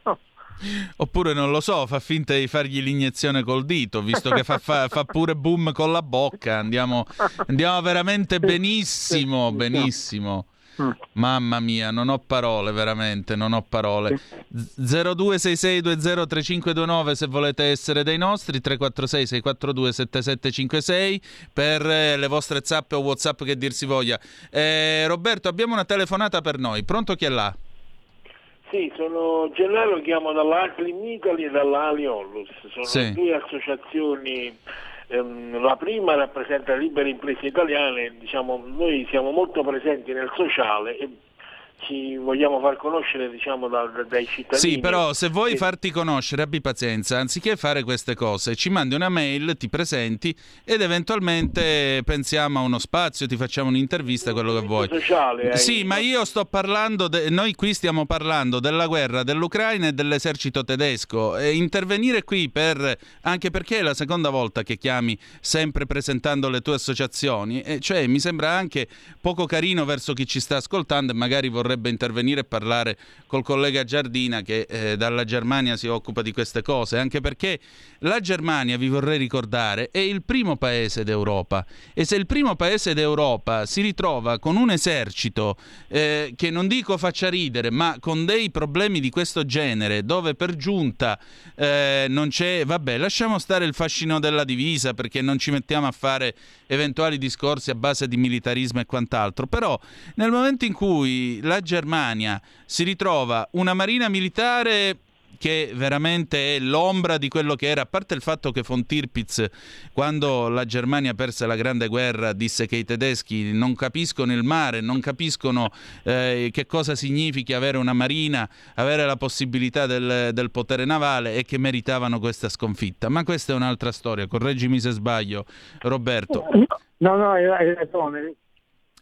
Oppure non lo so, fa finta di fargli l'iniezione col dito, visto che fa, fa, fa pure boom con la bocca. Andiamo, andiamo veramente benissimo, benissimo. Mamma mia, non ho parole, veramente, non ho parole. zero due sei sei due zero tre cinque due nove se volete essere dei nostri, tre quattro sei sei quattro due sette sette cinque sei per le vostre zappe o WhatsApp che dir si voglia. Eh, Roberto, abbiamo una telefonata per noi. Pronto, chi è là? Sì, sono Gennaro, chiamo dalla Clean Italy e dalla Aliollus, sono sì. due associazioni, ehm, la prima rappresenta le libere imprese italiane, diciamo noi siamo molto presenti nel sociale e ci vogliamo far conoscere, diciamo, da, da, dai cittadini. Sì, però se vuoi e... farti conoscere, abbi pazienza, anziché fare queste cose ci mandi una mail, ti presenti ed eventualmente pensiamo a uno spazio, ti facciamo un'intervista, quello che vuoi. Sociale, eh. Sì, ma io sto parlando de... noi qui stiamo parlando della guerra dell'Ucraina e dell'esercito tedesco, e intervenire qui per anche perché è la seconda volta che chiami sempre presentando le tue associazioni, e cioè mi sembra anche poco carino verso chi ci sta ascoltando e magari vorrebbe intervenire e parlare col collega Giardina che eh, dalla Germania si occupa di queste cose, anche perché la Germania, vi vorrei ricordare, è il primo paese d'Europa, e se il primo paese d'Europa si ritrova con un esercito eh, che non dico faccia ridere, ma con dei problemi di questo genere, dove per giunta eh, non c'è, vabbè, lasciamo stare il fascino della divisa perché non ci mettiamo a fare eventuali discorsi a base di militarismo e quant'altro, però nel momento in cui la Germania si ritrova una marina militare che veramente è l'ombra di quello che era, a parte il fatto che von Tirpitz, quando la Germania perse la Grande Guerra, disse che i tedeschi non capiscono il mare, non capiscono eh, che cosa significhi avere una marina, avere la possibilità del, del potere navale, e che meritavano questa sconfitta. Ma questa è un'altra storia, correggimi se sbaglio, Roberto. No, no, hai ragione.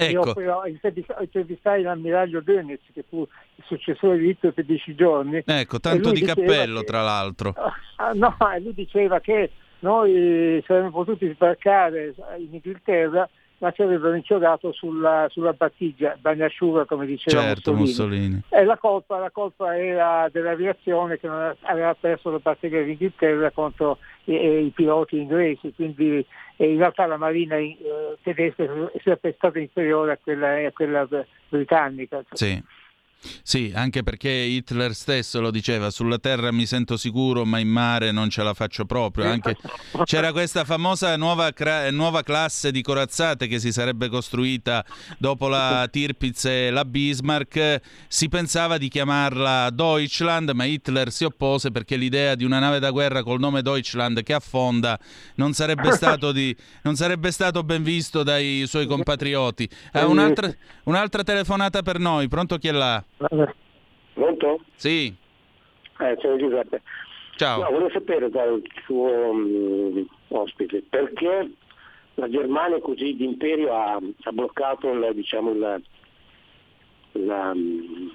Ecco. Io però intervistai l'ammiraglio Dönitz, che fu il successore di Hitler per dieci giorni. Ecco, tanto di cappello, che, tra l'altro. Ah, no, lui diceva che noi saremmo potuti sbarcare in Inghilterra, ma ci avrebbero inchiodato sulla, sulla battigia, bagnasciuga, come diceva certo, Mussolini. Mussolini. E la colpa, la colpa era dell'aviazione, che non aveva perso la battaglia d'Inghilterra contro i, i piloti inglesi, quindi e in realtà la marina eh, tedesca è sempre stata inferiore a quella, a quella britannica. Sì. Sì, anche perché Hitler stesso lo diceva: sulla terra mi sento sicuro, ma in mare non ce la faccio proprio. Anche c'era questa famosa nuova, cra- nuova classe di corazzate che si sarebbe costruita dopo la Tirpitz e la Bismarck. Si pensava di chiamarla Deutschland, ma Hitler si oppose perché l'idea di una nave da guerra col nome Deutschland che affonda non sarebbe stato, di, non sarebbe stato ben visto dai suoi compatrioti. Eh, un'altra, un'altra telefonata per noi. Pronto, chi è là? Pronto? Sì. Eh, ciao Giuseppe. Ciao. No, volevo sapere dal suo um, ospite perché la Germania così d'imperio ha, ha bloccato il, diciamo il, la, um,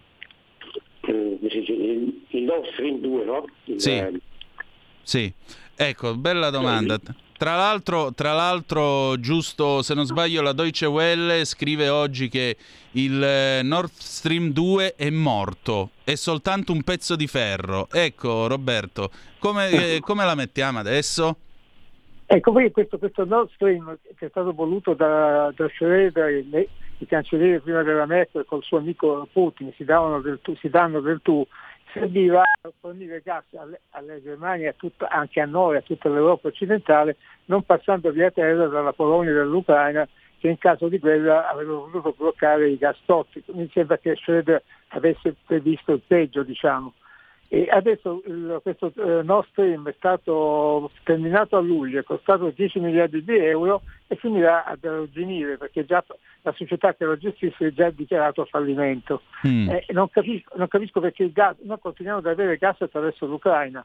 il, il Nord Stream due, no? Il, sì. Eh, sì. Ecco, bella domanda. Tra l'altro, tra l'altro, giusto, se non sbaglio, la Deutsche Welle scrive oggi che il Nord Stream due è morto, è soltanto un pezzo di ferro. Ecco, Roberto, come, eh, come la mettiamo adesso? Ecco, poi questo, questo Nord Stream che è stato voluto da, da Schröder, il, il cancelliere prima della Merkel, col suo amico Putin, si, davano del tu, si danno del tu, serviva a fornire gas alle, alle Germania, a tutta, anche a noi, a tutta l'Europa occidentale, non passando via terra dalla Polonia e dall'Ucraina, che in caso di guerra avrebbero potuto bloccare i gasdotti. Mi sembra che Schröder avesse previsto il peggio, diciamo. E adesso il, questo eh, Nord Stream è stato terminato a luglio, è costato dieci miliardi di euro e finirà ad arrugginire, perché già la società che lo gestisce è già dichiarato fallimento. Mm. Eh, non, capisco, non capisco perché il gas, noi continuiamo ad avere gas attraverso l'Ucraina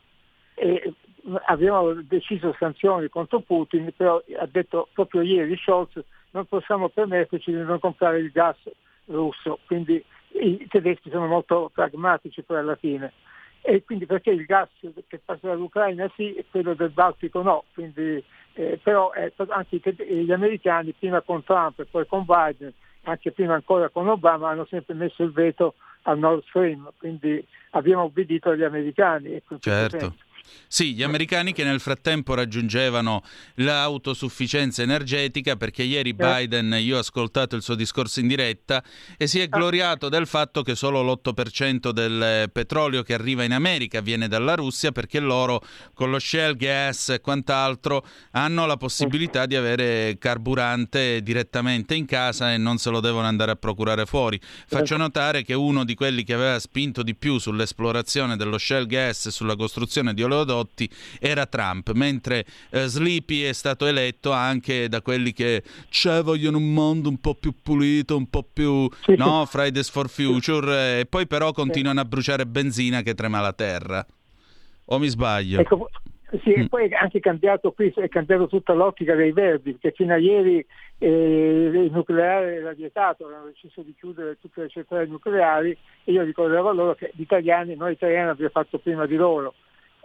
e abbiamo deciso sanzioni contro Putin, però ha detto proprio ieri Scholz: non possiamo permetterci di non comprare il gas russo, quindi i tedeschi sono molto pragmatici poi alla fine. E quindi perché il gas che passa dall'Ucraina sì e quello del Baltico no, quindi, eh, però eh, anche gli americani prima con Trump e poi con Biden, anche prima ancora con Obama, hanno sempre messo il veto al Nord Stream, quindi abbiamo obbedito agli americani. Certo. Sì, gli americani che nel frattempo raggiungevano l'autosufficienza energetica, perché ieri Biden, io ho ascoltato il suo discorso in diretta e si è gloriato del fatto che solo l'otto per cento del petrolio che arriva in America viene dalla Russia, perché loro con lo shale gas e quant'altro hanno la possibilità di avere carburante direttamente in casa e non se lo devono andare a procurare fuori. Faccio notare che uno di quelli che aveva spinto di più sull'esplorazione dello shale gas e sulla costruzione di oleodotti era Trump, mentre eh, Sleepy è stato eletto anche da quelli che cioè, vogliono un mondo un po' più pulito, un po' più sì, no, Fridays for Future, eh, e poi però continuano a bruciare benzina che trema la terra. O mi sbaglio? Ecco, sì, mm. E poi è anche cambiato qui, è cambiato tutta l'ottica dei Verdi, perché fino a ieri eh, il nucleare era vietato, avevano deciso di chiudere tutte le centrali nucleari e io ricordavo loro che gli italiani, noi italiani abbiamo fatto prima di loro.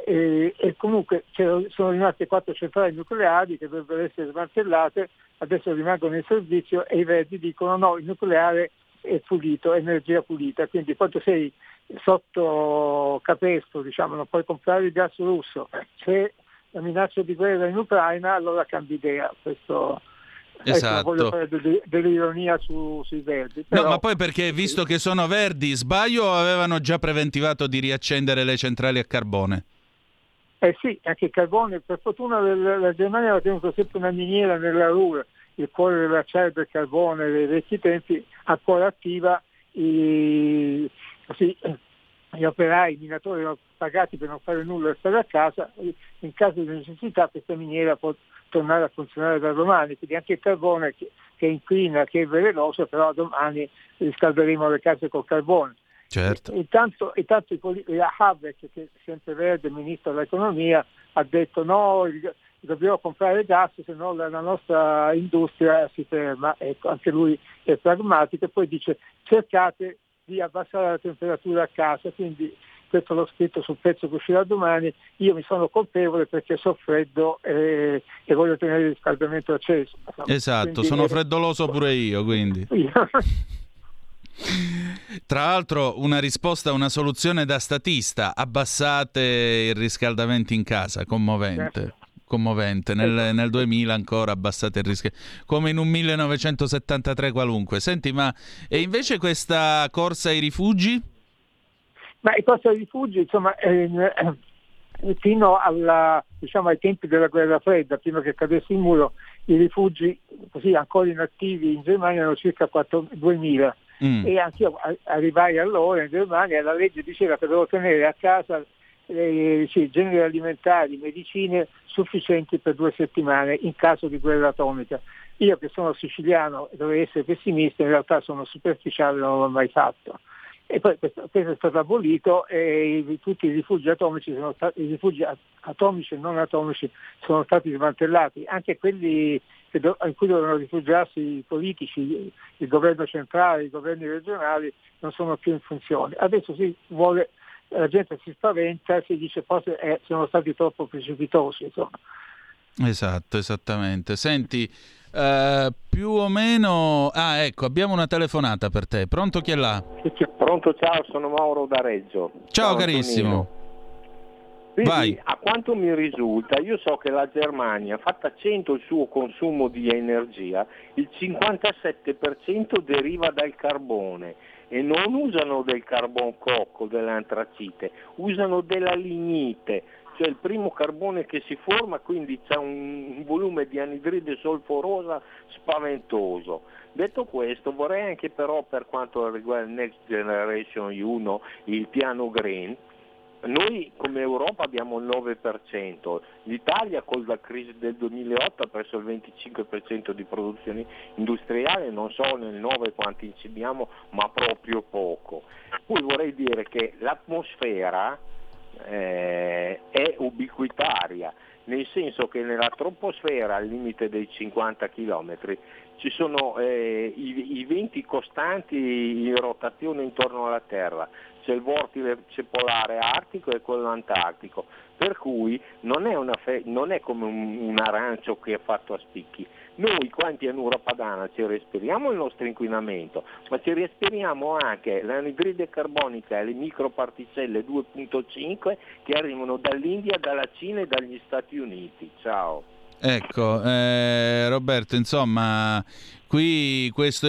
E, e comunque sono rimaste quattro centrali nucleari che dovrebbero essere smantellate, adesso rimangono in servizio e i Verdi dicono no, il nucleare è pulito, è energia pulita, quindi quando sei sotto capestro, diciamo, non puoi comprare il gas russo, c'è la minaccia di guerra in Ucraina, allora cambi idea. Questo esatto. Ecco, voglio fare dell'ironia su, sui Verdi. Però... No, ma poi perché visto che sono verdi, sbaglio o avevano già preventivato di riaccendere le centrali a carbone? Eh sì, anche il carbone, per fortuna la Germania aveva tenuto sempre una miniera nella Ruhr, il cuore dell'acciaio del carbone dei vecchi tempi, ancora attiva, i, così, gli operai, i minatori erano pagati per non fare nulla e stare a casa, in caso di necessità questa miniera può tornare a funzionare da domani, quindi anche il carbone che, che inquina, che è velenoso, però domani riscalderemo le case col carbone. Certo. Intanto, intanto Habeck, che è sempre verde, ministro dell'economia, ha detto no, il, dobbiamo comprare gas, se no la, la nostra industria si ferma. Ecco, anche lui è pragmatico e poi dice cercate di abbassare la temperatura a casa, quindi questo l'ho scritto sul pezzo che uscirà domani, io mi sono colpevole perché so freddo e, e voglio tenere il riscaldamento acceso. Esatto, quindi, sono freddoloso pure io, quindi. Tra l'altro una risposta, una soluzione da statista: abbassate il riscaldamento in casa, commovente. Certo. Commovente, nel, nel duemila ancora abbassate il rischio, come in un millenovecentosettantatré qualunque. Senti, ma e invece questa corsa ai rifugi? Ma i corsa ai rifugi, insomma, eh, fino alla, diciamo, ai tempi della guerra fredda, prima che cadesse il muro, i rifugi così ancora inattivi in Germania erano circa duemila. Mm. E anch'io arrivai allora in Germania, la legge diceva che dovevo tenere a casa eh, sì, generi alimentari, medicine sufficienti per due settimane in caso di guerra atomica. Io che sono siciliano e dovrei essere pessimista, in realtà sono superficiale, non l'ho mai fatto. E poi questo, questo è stato abolito e i, tutti i rifugi atomici sono stati, i rifugi atomici e non atomici sono stati smantellati, anche quelli che do, in cui dovevano rifugiarsi i politici, il governo centrale, i governi regionali, non sono più in funzione. Adesso si vuole, la gente si spaventa, si dice forse eh, sono stati troppo precipitosi, insomma. Esatto, esattamente. Senti, uh, più o meno... Ah, ecco, abbiamo una telefonata per te. Pronto, chi è là? Pronto, ciao, sono Mauro da Reggio. Ciao, ciao carissimo. Quindi, vai. A quanto mi risulta, io so che la Germania, fatta cento il suo consumo di energia, il cinquantasette per cento deriva dal carbone. E non usano del carbon cocco, dell'antracite, usano della lignite, cioè il primo carbone che si forma, quindi c'è un, un volume di anidride solforosa spaventoso. Detto questo, vorrei anche però, per quanto riguarda il Next Generation E U, il piano Green, noi come Europa abbiamo il nove per cento, l'Italia con la crisi del duemilaotto ha perso il venticinque per cento di produzione industriale, non so nel nove quanti incidiamo, ma proprio poco. Poi vorrei dire che l'atmosfera eh, è ubiquitaria, nel senso che nella troposfera, al limite dei cinquanta chilometri, ci sono eh, i, i venti costanti in rotazione intorno alla Terra. C'è il vortice polare artico e quello antartico, per cui non è, una fe- non è come un, un arancio che è fatto a spicchi. Noi qua in pianura padana ci respiriamo il nostro inquinamento, ma ci respiriamo anche l'anidride carbonica e le microparticelle due virgola cinque che arrivano dall'India, dalla Cina e dagli Stati Uniti. Ciao. Ecco, eh, Roberto, insomma, qui questo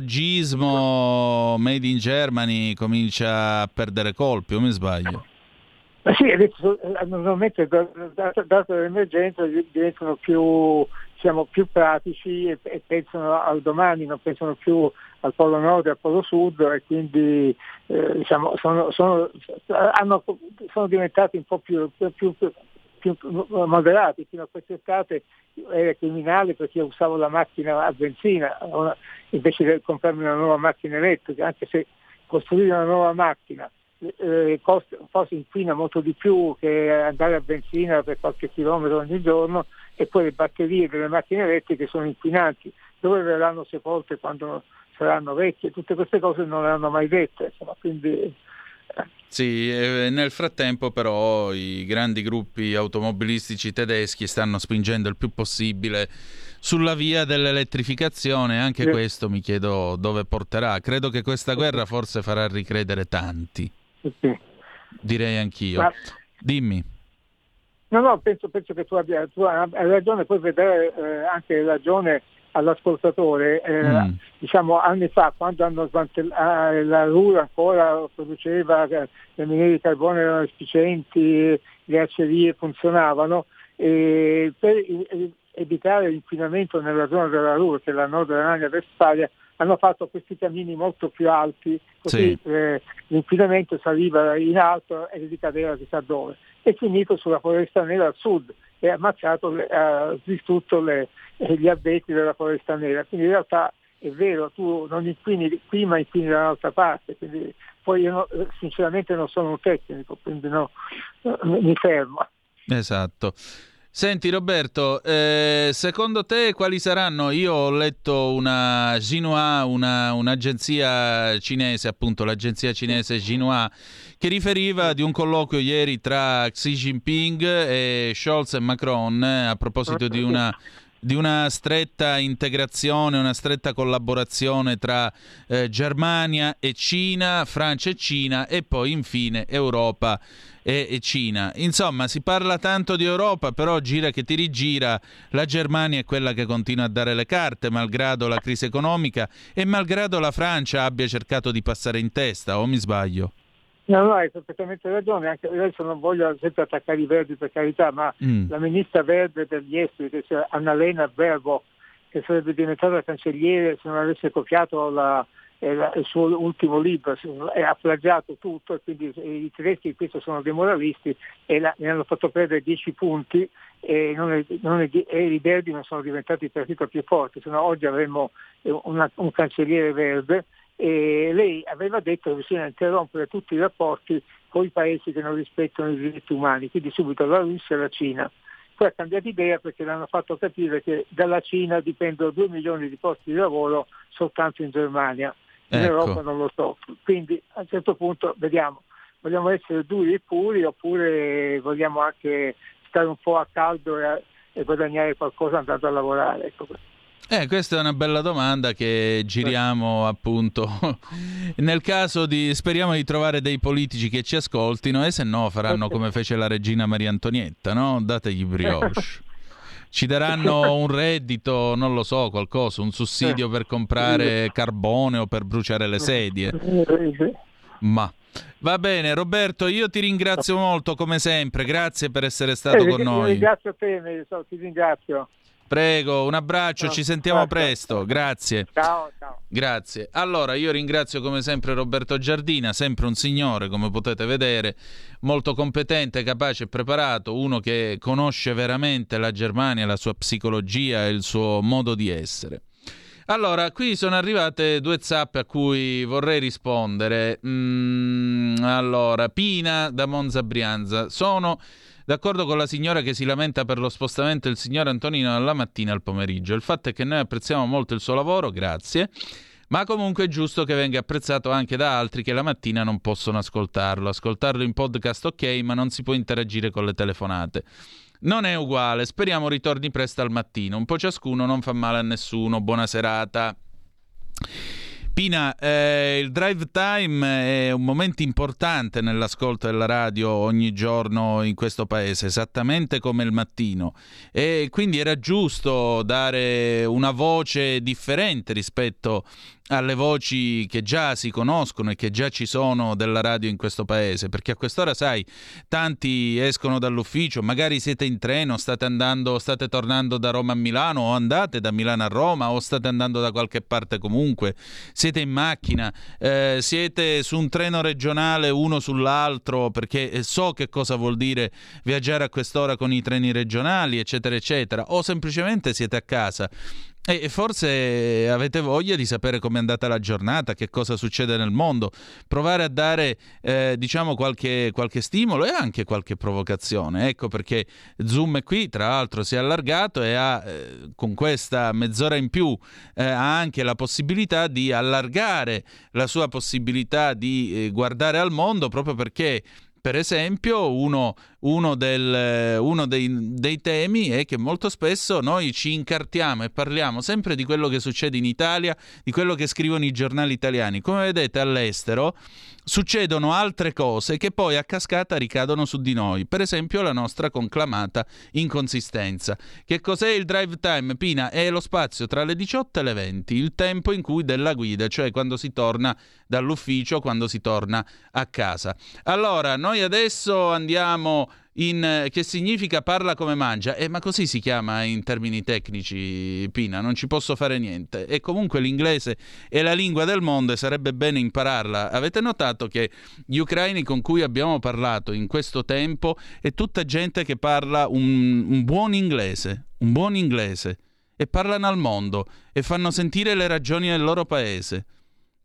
ecologismo made in Germany comincia a perdere colpi, o mi sbaglio? Ma sì, adesso, normalmente date l'emergenza diventano più, diciamo, più pratici e, e pensano al domani, non pensano più al polo nord e al polo sud, e quindi eh, diciamo, sono, sono, hanno, sono diventati un po' più, più, più più moderati. Fino a quest'estate era criminale perché io usavo la macchina a benzina invece di comprarmi una nuova macchina elettrica, anche se costruire una nuova macchina eh, costa, forse inquina molto di più che andare a benzina per qualche chilometro ogni giorno, e poi le batterie delle macchine elettriche sono inquinanti. Dove verranno sepolte quando saranno vecchie? Tutte queste cose non le hanno mai dette, insomma, quindi... Sì, eh, nel frattempo però i grandi gruppi automobilistici tedeschi stanno spingendo il più possibile sulla via dell'elettrificazione, anche sì. Questo mi chiedo dove porterà. Credo che questa guerra forse farà ricredere tanti. Sì. Direi anch'io. Ma... Dimmi. No, no, penso, penso che tu abbia tu hai ragione, poi vedere eh, anche ragione all'ascoltatore, eh, mm. diciamo anni fa, quando hanno smantellato, la R U R ancora produceva, le miniere di carbone erano efficienti, le acciaierie funzionavano, e per evitare l'inquinamento nella zona della R U R, che è la Nord Rhenaria-Westfalia, hanno fatto questi cammini molto più alti, così sì. eh, l'inquinamento saliva in alto e ricadeva chissà dove. È finito sulla foresta nera al sud e ha ammazzato, le, ha distrutto le, gli abeti della foresta nera. Quindi in realtà è vero, tu non inquini qui ma inquini dall'altra parte. Quindi, poi io no, sinceramente non sono un tecnico, quindi no, mi fermo. Esatto. Senti Roberto, eh, secondo te quali saranno? Io ho letto una Xinhua, una, un'agenzia cinese, appunto l'agenzia cinese Xinhua, che riferiva di un colloquio ieri tra Xi Jinping e Scholz e Macron eh, a proposito di una... di una stretta integrazione, una stretta collaborazione tra eh, Germania e Cina, Francia e Cina e poi infine Europa e, e Cina. Insomma, si parla tanto di Europa, però gira che ti rigira, la Germania è quella che continua a dare le carte, malgrado la crisi economica e malgrado la Francia abbia cercato di passare in testa, o mi sbaglio? No, no, hai perfettamente ragione, anche adesso non voglio sempre attaccare i Verdi per carità, ma mm. la ministra verde degli esteri, che sia Annalena Baerbock, che sarebbe diventata cancelliere se non avesse copiato la, eh, la, il suo ultimo libro, e ha plagiato tutto, e quindi i tedeschi in questo sono dei moralisti e la, ne hanno fatto perdere dieci punti e, non è, non è, e i Verdi non sono diventati il partito più forte, se no oggi avremmo una, un cancelliere verde. E lei aveva detto che bisogna interrompere tutti i rapporti con i paesi che non rispettano i diritti umani, quindi subito la Russia e la Cina. Poi ha cambiato idea perché l'hanno fatto capire che dalla Cina dipendono due milioni di posti di lavoro soltanto in Germania, in ecco. Europa non lo so. Quindi a un certo punto vediamo, vogliamo essere duri e puri oppure vogliamo anche stare un po' a caldo e, e guadagnare qualcosa andando a lavorare. Ecco. Eh, questa è una bella domanda che giriamo appunto nel caso di, speriamo di trovare dei politici che ci ascoltino e se no faranno come fece la regina Maria Antonietta, no? Dategli brioche. Ci daranno un reddito, non lo so, qualcosa, un sussidio per comprare carbone o per bruciare le sedie. Ma va bene, Roberto, io ti ringrazio molto come sempre, grazie per essere stato eh, con noi. Ringrazio te, ti ringrazio. Prego, un abbraccio, no, ci sentiamo grazie. presto, grazie. Ciao, ciao. Grazie. Allora, io ringrazio come sempre Roberto Giardina, sempre un signore, come potete vedere, molto competente, capace e preparato, uno che conosce veramente la Germania, la sua psicologia e il suo modo di essere. Allora, qui sono arrivate due zappe a cui vorrei rispondere. Mm, allora, Pina da Monza Brianza. Sono d'accordo con la signora che si lamenta per lo spostamento del signor Antonino dalla mattina al pomeriggio. Il fatto è che noi apprezziamo molto il suo lavoro, grazie, ma comunque è giusto che venga apprezzato anche da altri che la mattina non possono ascoltarlo. Ascoltarlo in podcast ok, ma non si può interagire con le telefonate. Non è uguale, speriamo ritorni presto al mattino. Un po' ciascuno, non fa male a nessuno. Buona serata. Pina, eh, il drive time è un momento importante nell'ascolto della radio ogni giorno in questo paese, esattamente come il mattino, e quindi era giusto dare una voce differente rispetto alle voci che già si conoscono e che già ci sono della radio in questo paese, perché a quest'ora, sai, tanti escono dall'ufficio, magari siete in treno, state andando, state tornando da Roma a Milano o andate da Milano a Roma o state andando da qualche parte comunque, siete in macchina, eh, siete su un treno regionale uno sull'altro, perché so che cosa vuol dire viaggiare a quest'ora con i treni regionali, eccetera, eccetera, o semplicemente siete a casa. E forse avete voglia di sapere com'è andata la giornata, che cosa succede nel mondo, provare a dare eh, diciamo qualche, qualche stimolo e anche qualche provocazione. Ecco perché Zoom è qui, tra l'altro si è allargato e ha eh, con questa mezz'ora in più eh, ha anche la possibilità di allargare la sua possibilità di eh, guardare al mondo, proprio perché per esempio uno, uno, del, uno dei, dei temi è che molto spesso noi ci incartiamo e parliamo sempre di quello che succede in Italia, di quello che scrivono i giornali italiani. Come vedete all'estero succedono altre cose che poi a cascata ricadono su di noi, per esempio la nostra conclamata inconsistenza. Che cos'è il drive time, Pina? È lo spazio tra le diciotto e le venti, il tempo in cui della guida, cioè quando si torna dall'ufficio, quando si torna a casa. Allora, noi adesso andiamo in che significa parla come mangia, eh, ma così si chiama in termini tecnici, Pina, non ci posso fare niente. E comunque l'inglese è la lingua del mondo e sarebbe bene impararla. Avete notato che gli ucraini con cui abbiamo parlato in questo tempo è tutta gente che parla un, un buon inglese, un buon inglese, e parlano al mondo e fanno sentire le ragioni del loro paese. Eh,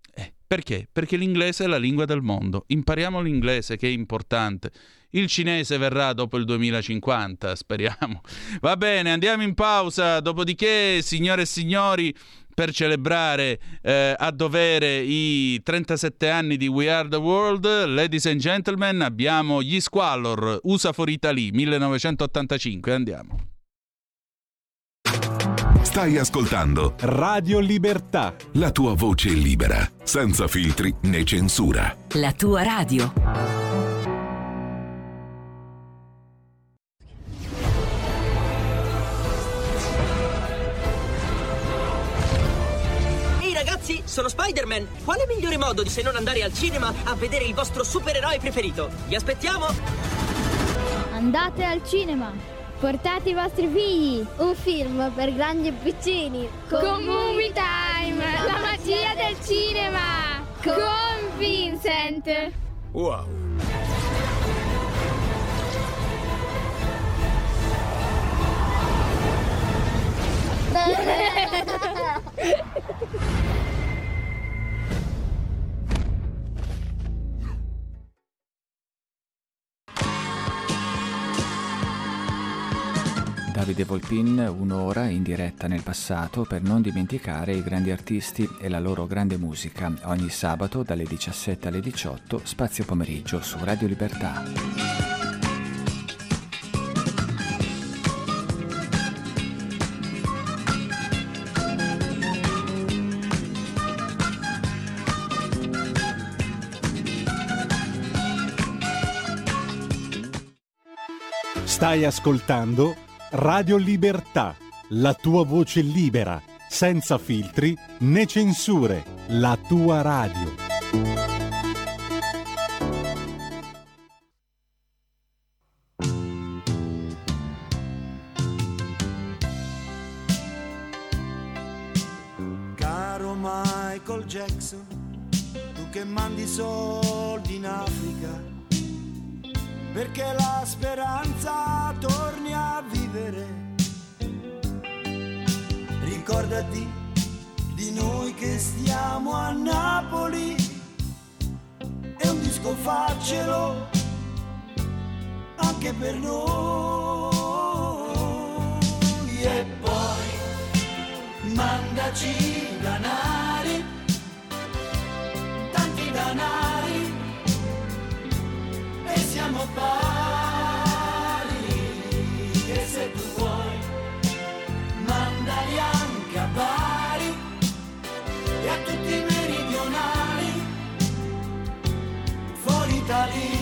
Perché? Perché l'inglese è la lingua del mondo. Impariamo l'inglese, che è importante. Il cinese verrà dopo il duemilacinquanta, speriamo. Va bene, andiamo in pausa. Dopodiché, signore e signori, per celebrare eh, a dovere i trentasette anni di We Are The World, ladies and gentlemen, abbiamo gli Squallor, U S A for Italy, millenovecentottantacinque. Andiamo. Stai ascoltando Radio Libertà, la tua voce libera, senza filtri né censura. La tua radio. Ehi ragazzi, sono Spider-Man. Quale migliore modo di se non andare al cinema a vedere il vostro supereroe preferito? Vi aspettiamo! Andate al cinema! Portate i vostri figli! Un film per grandi e piccini! Con Movie Time! La magia del cinema! Con Vincent! Wow! Davide Volpin, un'ora in diretta nel passato per non dimenticare i grandi artisti e la loro grande musica. Ogni sabato dalle diciassette alle diciotto, spazio pomeriggio su Radio Libertà. Stai ascoltando Radio Libertà, la tua voce libera, senza filtri né censure, la tua radio. Caro Michael Jackson, tu che mandi soldi in Africa, perché la speranza torni a vivere. Ricordati di noi che stiamo a Napoli e un disco faccelo anche per noi. E poi mandaci danari, tanti danari, e siamo pari. E se tu vuoi mandali anche a Bari e a tutti i meridionali fuori Italia.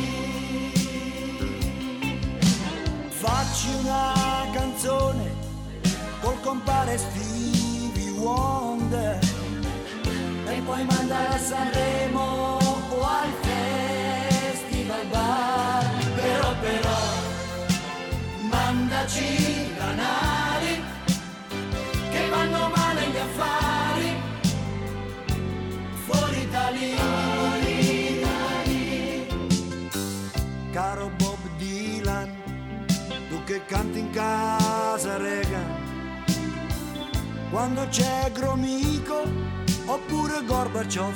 Facci una canzone col compare Stevie Wonder e poi mandala a Sanremo o al Festival Bar. Però però mandaci danari che vanno male gli affari fuori Italia. Caro Bob Dylan, tu che canti in casa rega, quando c'è Gromyko oppure Gorbaciov,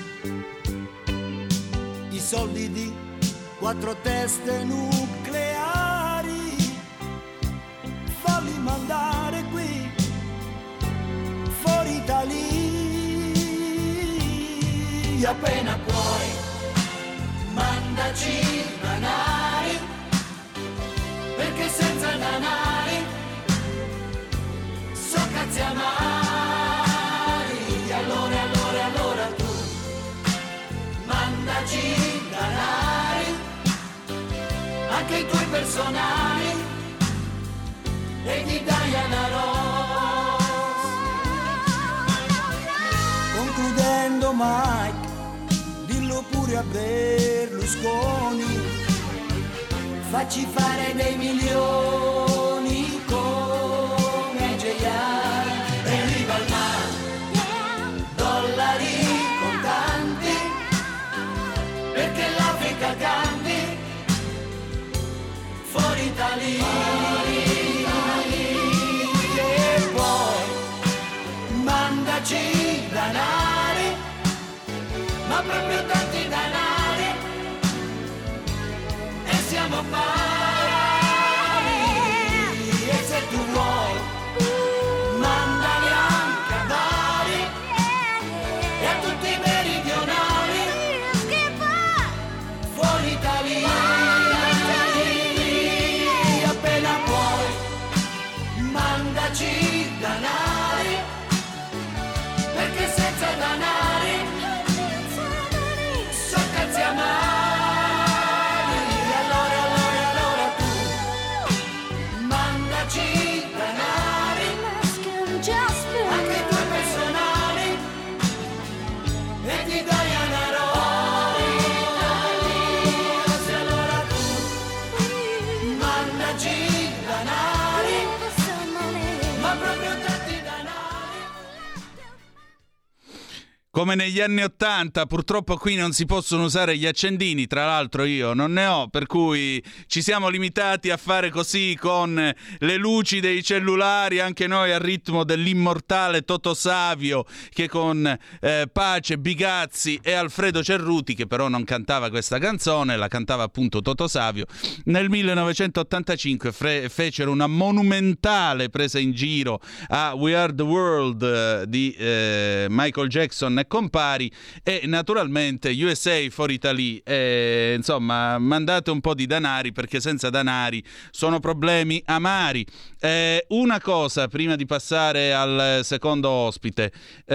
i soldi di quattro teste nucleari falli mandare qui fuori Italia. Appena puoi mandaci danari, perché senza danari so cazzi amari. Allora, allora, allora tu mandaci danari, anche i tuoi personali e di Diana Ross. Concludendo Mike, dillo pure a Berlusconi, facci fare dei milioni come J R e riva al mare, dollari contanti, perché l'Africa canti fuori Italia. E poi mandaci danari, ma proprio tanti denari, e siamo pari. E se tu vuoi mandali anche a Bari e a tutti i meridionali fuori Italia. Appena puoi mandaci danari, perché senza danari sono cazzi amari. Allora, allora, allora tu mandaci danari, anche due personali, e ti dai una rosa. Allora tu mandaci danari, ma proprio tanti danari. Come negli anni Ottanta, purtroppo qui non si possono usare gli accendini, tra l'altro io non ne ho, per cui ci siamo limitati a fare così con le luci dei cellulari, anche noi al ritmo dell'immortale Toto Savio, che con eh, Pace, Bigazzi e Alfredo Cerruti, che però non cantava questa canzone, la cantava appunto Toto Savio, nel millenovecentottantacinque fre- fecero una monumentale presa in giro a We Are The World eh, di eh, Michael Jackson e compari, e naturalmente U S A for Italy, eh, insomma mandate un po' di danari, perché senza danari sono problemi amari. Eh, una cosa prima di passare al secondo ospite,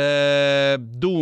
eh,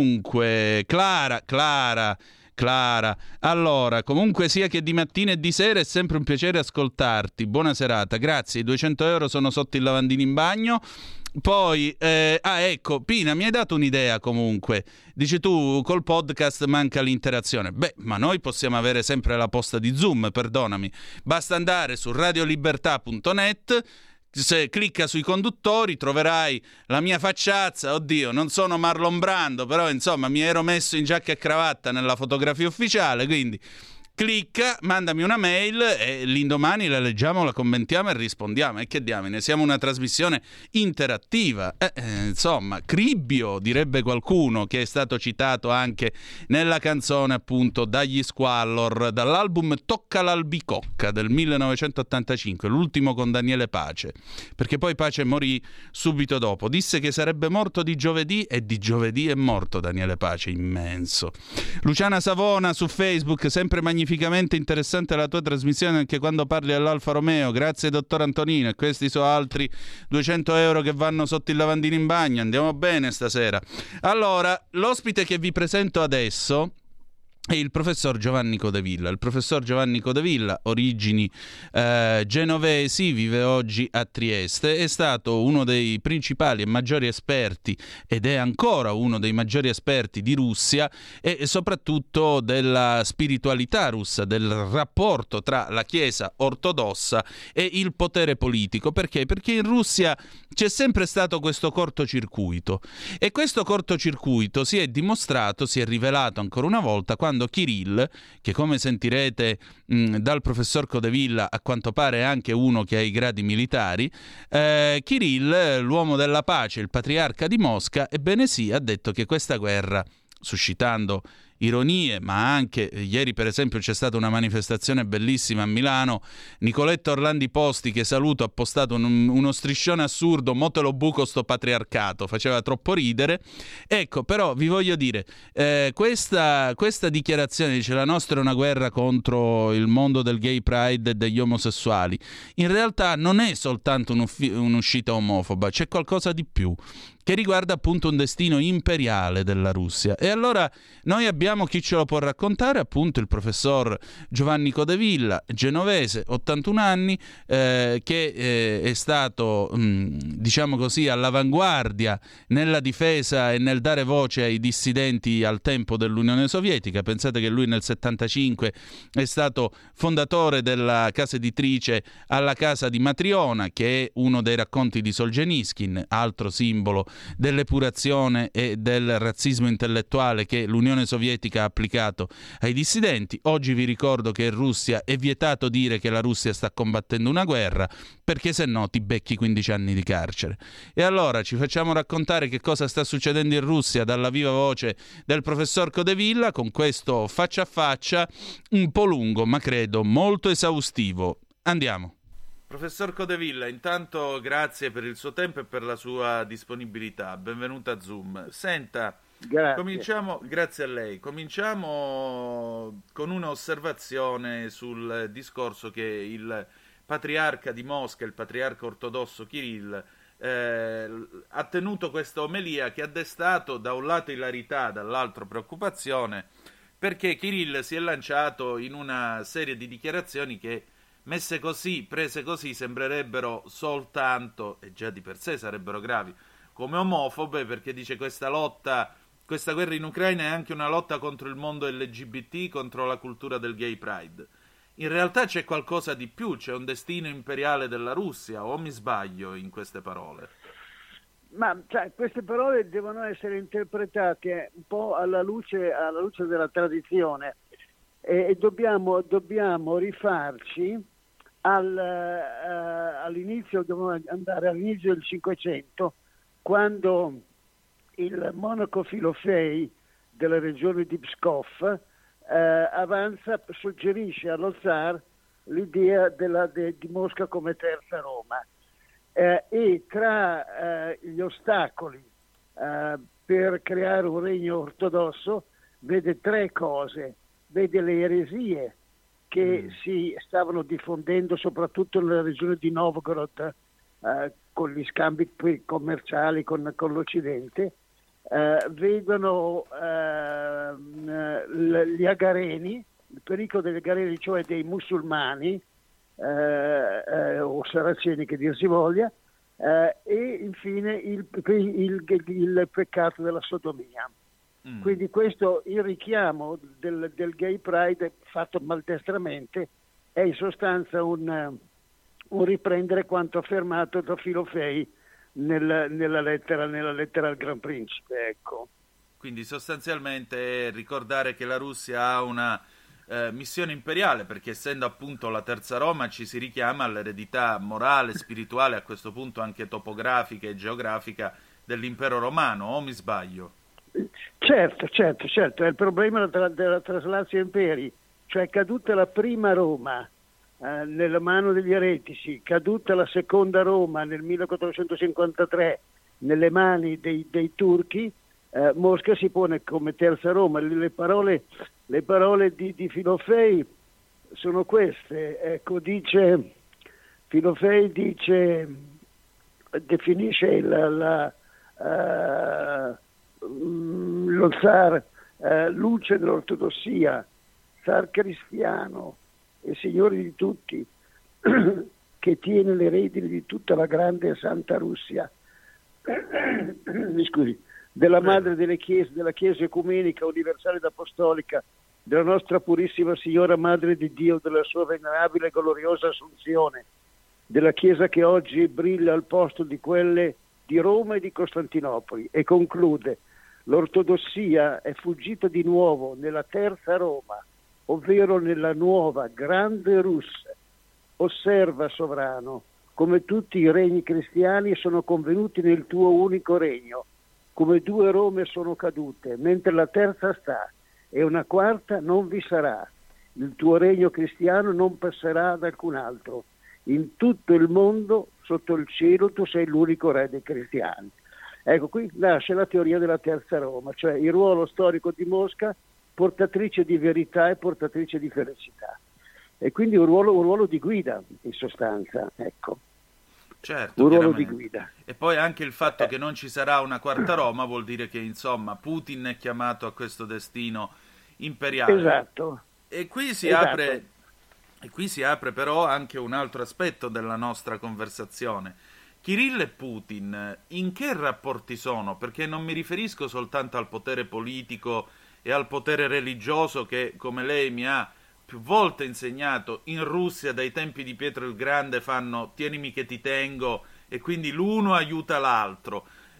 dunque Clara Clara Clara, allora, comunque sia che di mattina e di sera è sempre un piacere ascoltarti. Buona serata, grazie. I duecento euro sono sotto il lavandino in bagno. Poi, eh, ah ecco, Pina, mi hai dato un'idea comunque. Dici tu, col podcast manca l'interazione. Beh, ma noi possiamo avere sempre la posta di Zoom, perdonami. Basta andare su radiolibertà punto net. Se clicca sui conduttori troverai la mia facciazza. Oddio, non sono Marlon Brando, però insomma mi ero messo in giacca e cravatta nella fotografia ufficiale, quindi clicca, mandami una mail e l'indomani la leggiamo, la commentiamo e rispondiamo. E che diamine, siamo una trasmissione interattiva. Eh, eh, insomma, Cribbio, direbbe qualcuno, che è stato citato anche nella canzone appunto dagli Squallor, dall'album Tocca l'albicocca del millenovecentottantacinque, l'ultimo con Daniele Pace, perché poi Pace morì subito dopo. Disse che sarebbe morto di giovedì e di giovedì è morto Daniele Pace, immenso. Luciana Savona su Facebook, sempre magnificamente interessante la tua trasmissione anche quando parli all'Alfa Romeo. Grazie dottor Antonino, e questi sono altri duecento euro che vanno sotto il lavandino in bagno. Andiamo bene stasera. Allora, l'ospite che vi presento adesso è il professor Giovanni Codevilla. Il professor Giovanni Codevilla, origini eh, genovesi, vive oggi a Trieste, è stato uno dei principali e maggiori esperti, ed è ancora uno dei maggiori esperti di Russia e soprattutto della spiritualità russa, del rapporto tra la Chiesa ortodossa e il potere politico. Perché? Perché in Russia c'è sempre stato questo cortocircuito, e questo cortocircuito si è dimostrato, si è rivelato ancora una volta quando Kirill, che come sentirete mh, dal professor Codevilla a quanto pare è anche uno che ha i gradi militari, eh, Kirill, l'uomo della pace, il patriarca di Mosca, ebbene sì, ha detto che questa guerra, suscitando ironie, ma anche ieri per esempio c'è stata una manifestazione bellissima a Milano. Nicoletto Orlandi Posti, che saluto, ha postato un, uno striscione assurdo: mo te lo buco sto patriarcato, faceva troppo ridere. Ecco, però vi voglio dire, eh, questa, questa dichiarazione dice la nostra è una guerra contro il mondo del gay pride e degli omosessuali, in realtà non è soltanto un'uscita omofoba, c'è qualcosa di più che riguarda appunto un destino imperiale della Russia. E allora noi abbiamo chi ce lo può raccontare, appunto il professor Giovanni Codevilla, genovese, ottantuno anni, eh, che eh, è stato, mh, diciamo così, all'avanguardia nella difesa e nel dare voce ai dissidenti al tempo dell'Unione Sovietica. Pensate che lui nel settantacinque è stato fondatore della casa editrice Alla Casa di Matriona, che è uno dei racconti di Solzhenitsyn, altro simbolo dell'epurazione e del razzismo intellettuale che l'Unione Sovietica sovietica ha applicato ai dissidenti. Oggi vi ricordo che in Russia è vietato dire che la Russia sta combattendo una guerra, perché se no ti becchi quindici anni di carcere. E allora ci facciamo raccontare che cosa sta succedendo in Russia dalla viva voce del professor Codevilla, con questo faccia a faccia un po' lungo ma credo molto esaustivo. Andiamo. Professor Codevilla, intanto grazie per il suo tempo e per la sua disponibilità. Benvenuto a Zoom. Senta, grazie. Cominciamo, grazie a lei. Cominciamo con un'osservazione sul discorso che il patriarca di Mosca, il patriarca ortodosso Kirill, eh, ha tenuto questa omelia che ha destato da un lato ilarità, dall'altro preoccupazione, perché Kirill si è lanciato in una serie di dichiarazioni che, messe così, prese così, sembrerebbero soltanto, e già di per sé sarebbero gravi, come omofobe, perché dice questa lotta, questa guerra in Ucraina è anche una lotta contro il mondo L G B T, contro la cultura del gay pride. In realtà c'è qualcosa di più, c'è un destino imperiale della Russia, o mi sbaglio in queste parole? Ma cioè, queste parole devono essere interpretate un po' alla luce, alla luce della tradizione e, e dobbiamo, dobbiamo rifarci al, uh, all'inizio, dobbiamo andare all'inizio del Cinquecento, quando il monaco Filofei della regione di Pskov eh, avanza, suggerisce allo zar l'idea della, de, di Mosca come terza Roma. Eh, e tra eh, gli ostacoli eh, per creare un regno ortodosso vede tre cose. Vede le eresie che mm. si stavano diffondendo soprattutto nella regione di Novgorod eh, con gli scambi commerciali con, con l'Occidente, eh, vedono eh, gli agareni, il pericolo degli agareni, cioè dei musulmani, Eh, eh, o saraceni che dir si voglia, eh, e infine il, il, il, il peccato della sodomia. Mm. Quindi questo, il richiamo del, del gay pride fatto maldestramente è in sostanza un, un riprendere quanto affermato da Filofei nel, nella, lettera, nella lettera al Gran Principe. Ecco. Quindi sostanzialmente ricordare che la Russia ha una Eh, missione imperiale, perché essendo appunto la terza Roma ci si richiama all'eredità morale, spirituale, a questo punto anche topografica e geografica dell'impero romano, o mi sbaglio? Certo, certo, certo, è il problema della, della traslatio imperi, cioè caduta la prima Roma eh, nella mano degli eretici, caduta la seconda Roma nel millequattrocentocinquantatré nelle mani dei, dei turchi, Eh, Mosca si pone come terza Roma. Le, le parole, le parole di, di Filofei sono queste. Ecco, dice Filofei dice definisce la, la, uh, lo zar uh, luce dell'ortodossia, zar cristiano e signore di tutti, che tiene le redini di tutta la grande e santa Russia. Mi scusi. Della madre delle chiese, della Chiesa ecumenica, universale ed apostolica, della nostra purissima Signora Madre di Dio, della sua venerabile e gloriosa Assunzione, della Chiesa che oggi brilla al posto di quelle di Roma e di Costantinopoli. E conclude: l'ortodossia è fuggita di nuovo nella terza Roma, ovvero nella nuova grande Russia. Osserva, sovrano, come tutti i regni cristiani sono convenuti nel tuo unico regno, come due Rome sono cadute, mentre la terza sta, e una quarta non vi sarà. Il tuo regno cristiano non passerà ad alcun altro. In tutto il mondo, sotto il cielo, tu sei l'unico re dei cristiani. Ecco, qui nasce la teoria della terza Roma, cioè il ruolo storico di Mosca, portatrice di verità e portatrice di felicità. E quindi un ruolo, un ruolo di guida, in sostanza, ecco. Certo, un ruolo di guida. E poi anche il fatto eh. che non ci sarà una quarta Roma vuol dire che insomma Putin è chiamato a questo destino imperiale. Esatto. E qui si esatto. apre e qui si apre però anche un altro aspetto della nostra conversazione. Kirill e Putin in che rapporti sono? Perché non mi riferisco soltanto al potere politico e al potere religioso che, come lei mi ha più volte insegnato, in Russia dai tempi di Pietro il Grande fanno tienimi che ti tengo, e quindi l'uno aiuta l'altro.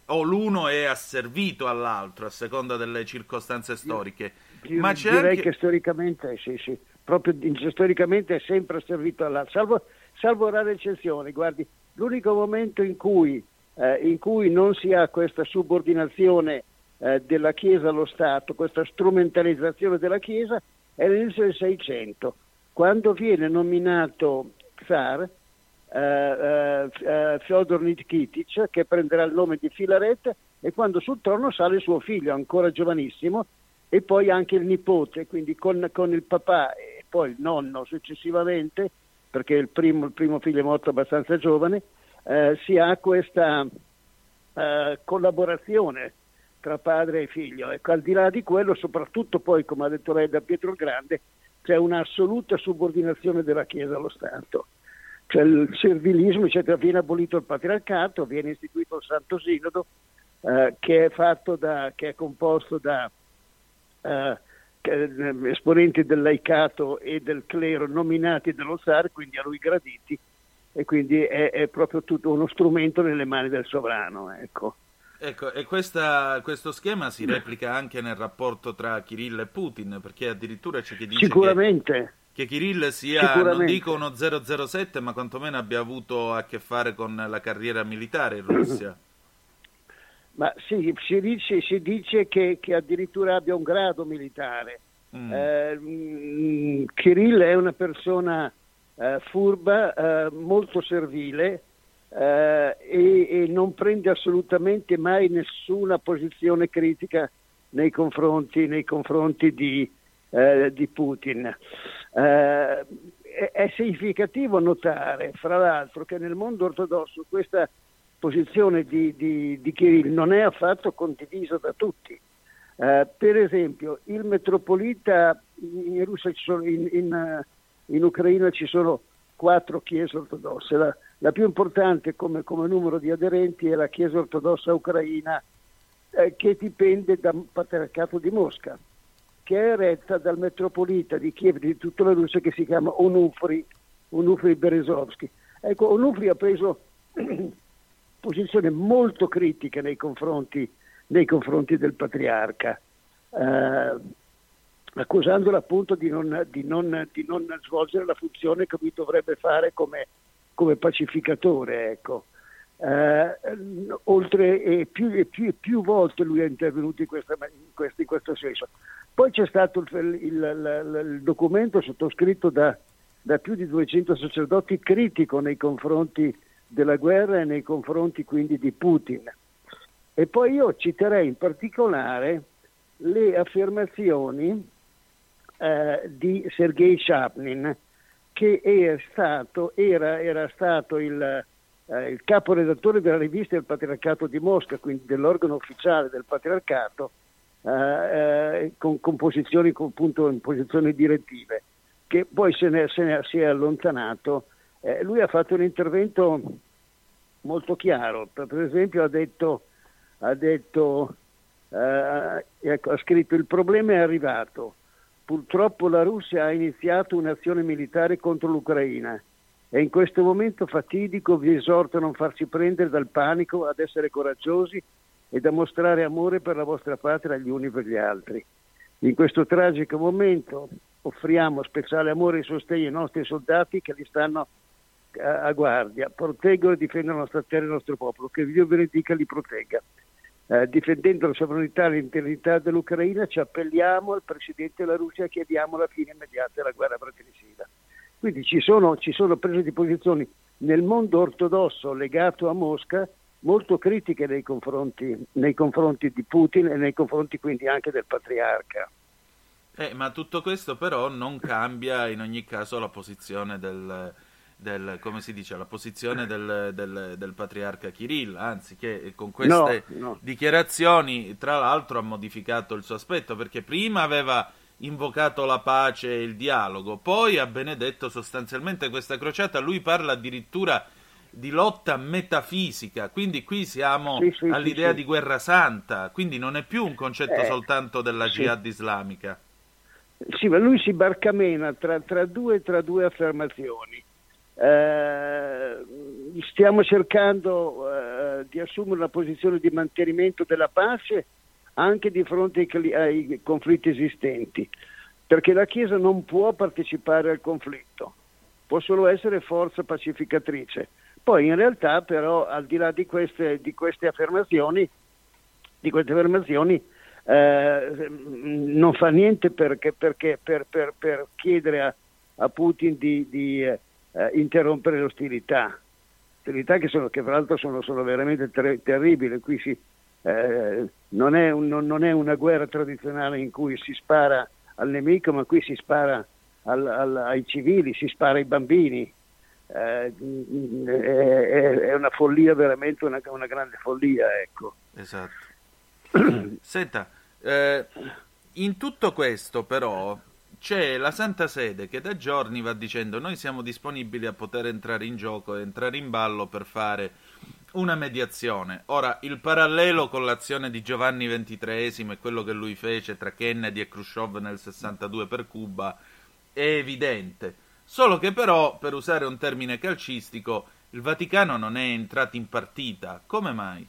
o l'uno è asservito all'altro a seconda delle circostanze storiche. Io, Ma c'è direi anche... che storicamente, sì, sì, proprio storicamente è sempre asservito all'altro, salvo, salvo rare eccezioni. Guardi, l'unico momento in cui, eh, in cui non si ha questa subordinazione eh, della Chiesa allo Stato, questa strumentalizzazione della Chiesa, è all'inizio del Seicento, quando viene nominato Czar Uh, uh, uh, Fyodor Nikitich, che prenderà il nome di Filaret, e quando sul trono sale suo figlio ancora giovanissimo e poi anche il nipote, quindi con, con il papà e poi il nonno successivamente, perché il primo, il primo figlio è morto abbastanza giovane, uh, si ha questa uh, collaborazione tra padre e figlio. Ecco, al di là di quello, soprattutto poi, come ha detto lei, da Pietro il Grande, c'è un'assoluta subordinazione della Chiesa allo Stato. Cioè il servilismo, eccetera, viene abolito il patriarcato, viene istituito il Santo Sinodo, eh, che è fatto da, che è composto da eh, che, esponenti del laicato e del clero nominati dallo zar, quindi a lui graditi, e quindi è, è proprio tutto uno strumento nelle mani del sovrano, ecco. Ecco, e questa, questo schema si replica anche nel rapporto tra Kirill e Putin, perché addirittura c'è chi dice sicuramente che... che Kirill sia, non dico uno zero zero sette, ma quantomeno abbia avuto a che fare con la carriera militare in Russia. Ma sì, si dice, si dice che, che addirittura abbia un grado militare. Mm. Eh, Kirill è una persona eh, furba, eh, molto servile, eh, e, e non prende assolutamente mai nessuna posizione critica nei confronti, nei confronti di, eh, di Putin. Eh, è, è significativo notare, fra l'altro, che nel mondo ortodosso questa posizione di, di, di Kirill non è affatto condivisa da tutti. Eh, per esempio, il metropolita in Russia ci sono, in, in, in Ucraina ci sono quattro chiese ortodosse. La, la più importante come, come numero di aderenti è la Chiesa ortodossa ucraina, eh, che dipende dal patriarcato di Mosca, che è retta dal metropolita di Kiev di tutta la Russia, che si chiama Onufri, Onufri Berezovsky. Ecco, Onufri ha preso posizione molto critica nei confronti, nei confronti del patriarca, eh, accusandolo appunto di non, di, non, di non svolgere la funzione che lui dovrebbe fare come, come pacificatore. Ecco. Eh, oltre e più, e più, più volte lui è intervenuto in, questa, in, questo, in questo senso. Poi c'è stato il, il, il, il documento sottoscritto da, da più di duecento sacerdoti, critico nei confronti della guerra e nei confronti quindi di Putin. E poi io citerei in particolare le affermazioni eh, di Sergei Chapnin, che è stato, era, era stato il, eh, il caporedattore della rivista del Patriarcato di Mosca, quindi dell'organo ufficiale del Patriarcato, eh, eh, con, con posizioni con, appunto, in posizioni direttive, che poi se ne, se ne si è allontanato. Eh, lui ha fatto un intervento molto chiaro, per, per esempio ha detto, ha, detto eh, ecco, ha scritto: il problema è arrivato, purtroppo la Russia ha iniziato un'azione militare contro l'Ucraina e in questo momento fatidico vi esorto a non farci prendere dal panico, ad essere coraggiosi e a mostrare amore per la vostra patria gli uni per gli altri. In questo tragico momento offriamo speciale amore e sostegno ai nostri soldati che li stanno a guardia, proteggono e difendono la nostra terra e il nostro popolo, che Dio benedica e li protegga. Eh, difendendo la sovranità e l'integrità dell'Ucraina, ci appelliamo al Presidente della Russia e chiediamo la fine immediata della guerra fratricida. Quindi ci sono, ci sono prese di posizioni nel mondo ortodosso legato a Mosca molto critiche nei confronti, nei confronti di Putin e nei confronti quindi anche del patriarca. Eh, ma tutto questo però non cambia in ogni caso la posizione del... Del, come si dice, la posizione del, del, del patriarca Kirill, anzi che con queste no, no. dichiarazioni tra l'altro ha modificato il suo aspetto, perché prima aveva invocato la pace e il dialogo, poi ha benedetto sostanzialmente questa crociata. Lui parla addirittura di lotta metafisica, quindi qui siamo sì, sì, all'idea sì, di sì. guerra santa, quindi non è più un concetto eh, soltanto della sì. jihad islamica. Sì, ma lui si barcamena tra, tra, due, tra due affermazioni. eh, stiamo cercando eh, di assumere una posizione di mantenimento della pace anche di fronte ai, ai conflitti esistenti, perché la Chiesa non può partecipare al conflitto, può solo essere forza pacificatrice. Poi in realtà però, al di là di queste, di queste affermazioni, di queste affermazioni eh, non fa niente perché, perché per, per, per chiedere a, a Putin di, di eh, interrompere le ostilità, ostilità che, sono, che fra l'altro sono, sono veramente ter- terribili. Qui si, eh, non, è un, non è una guerra tradizionale in cui si spara al nemico, ma qui si spara al, al, ai civili, si spara ai bambini. Eh, è, è una follia, veramente una, una grande follia, ecco. Esatto. Senta, eh, in tutto questo però c'è la Santa Sede che da giorni va dicendo: noi siamo disponibili a poter entrare in gioco e entrare in ballo per fare una mediazione. Ora, il parallelo con l'azione di Giovanni ventitreesimo e quello che lui fece tra Kennedy e Khrushchev nel sessantadue per Cuba è evidente, solo che però, per usare un termine calcistico, il Vaticano non è entrato in partita. Come mai?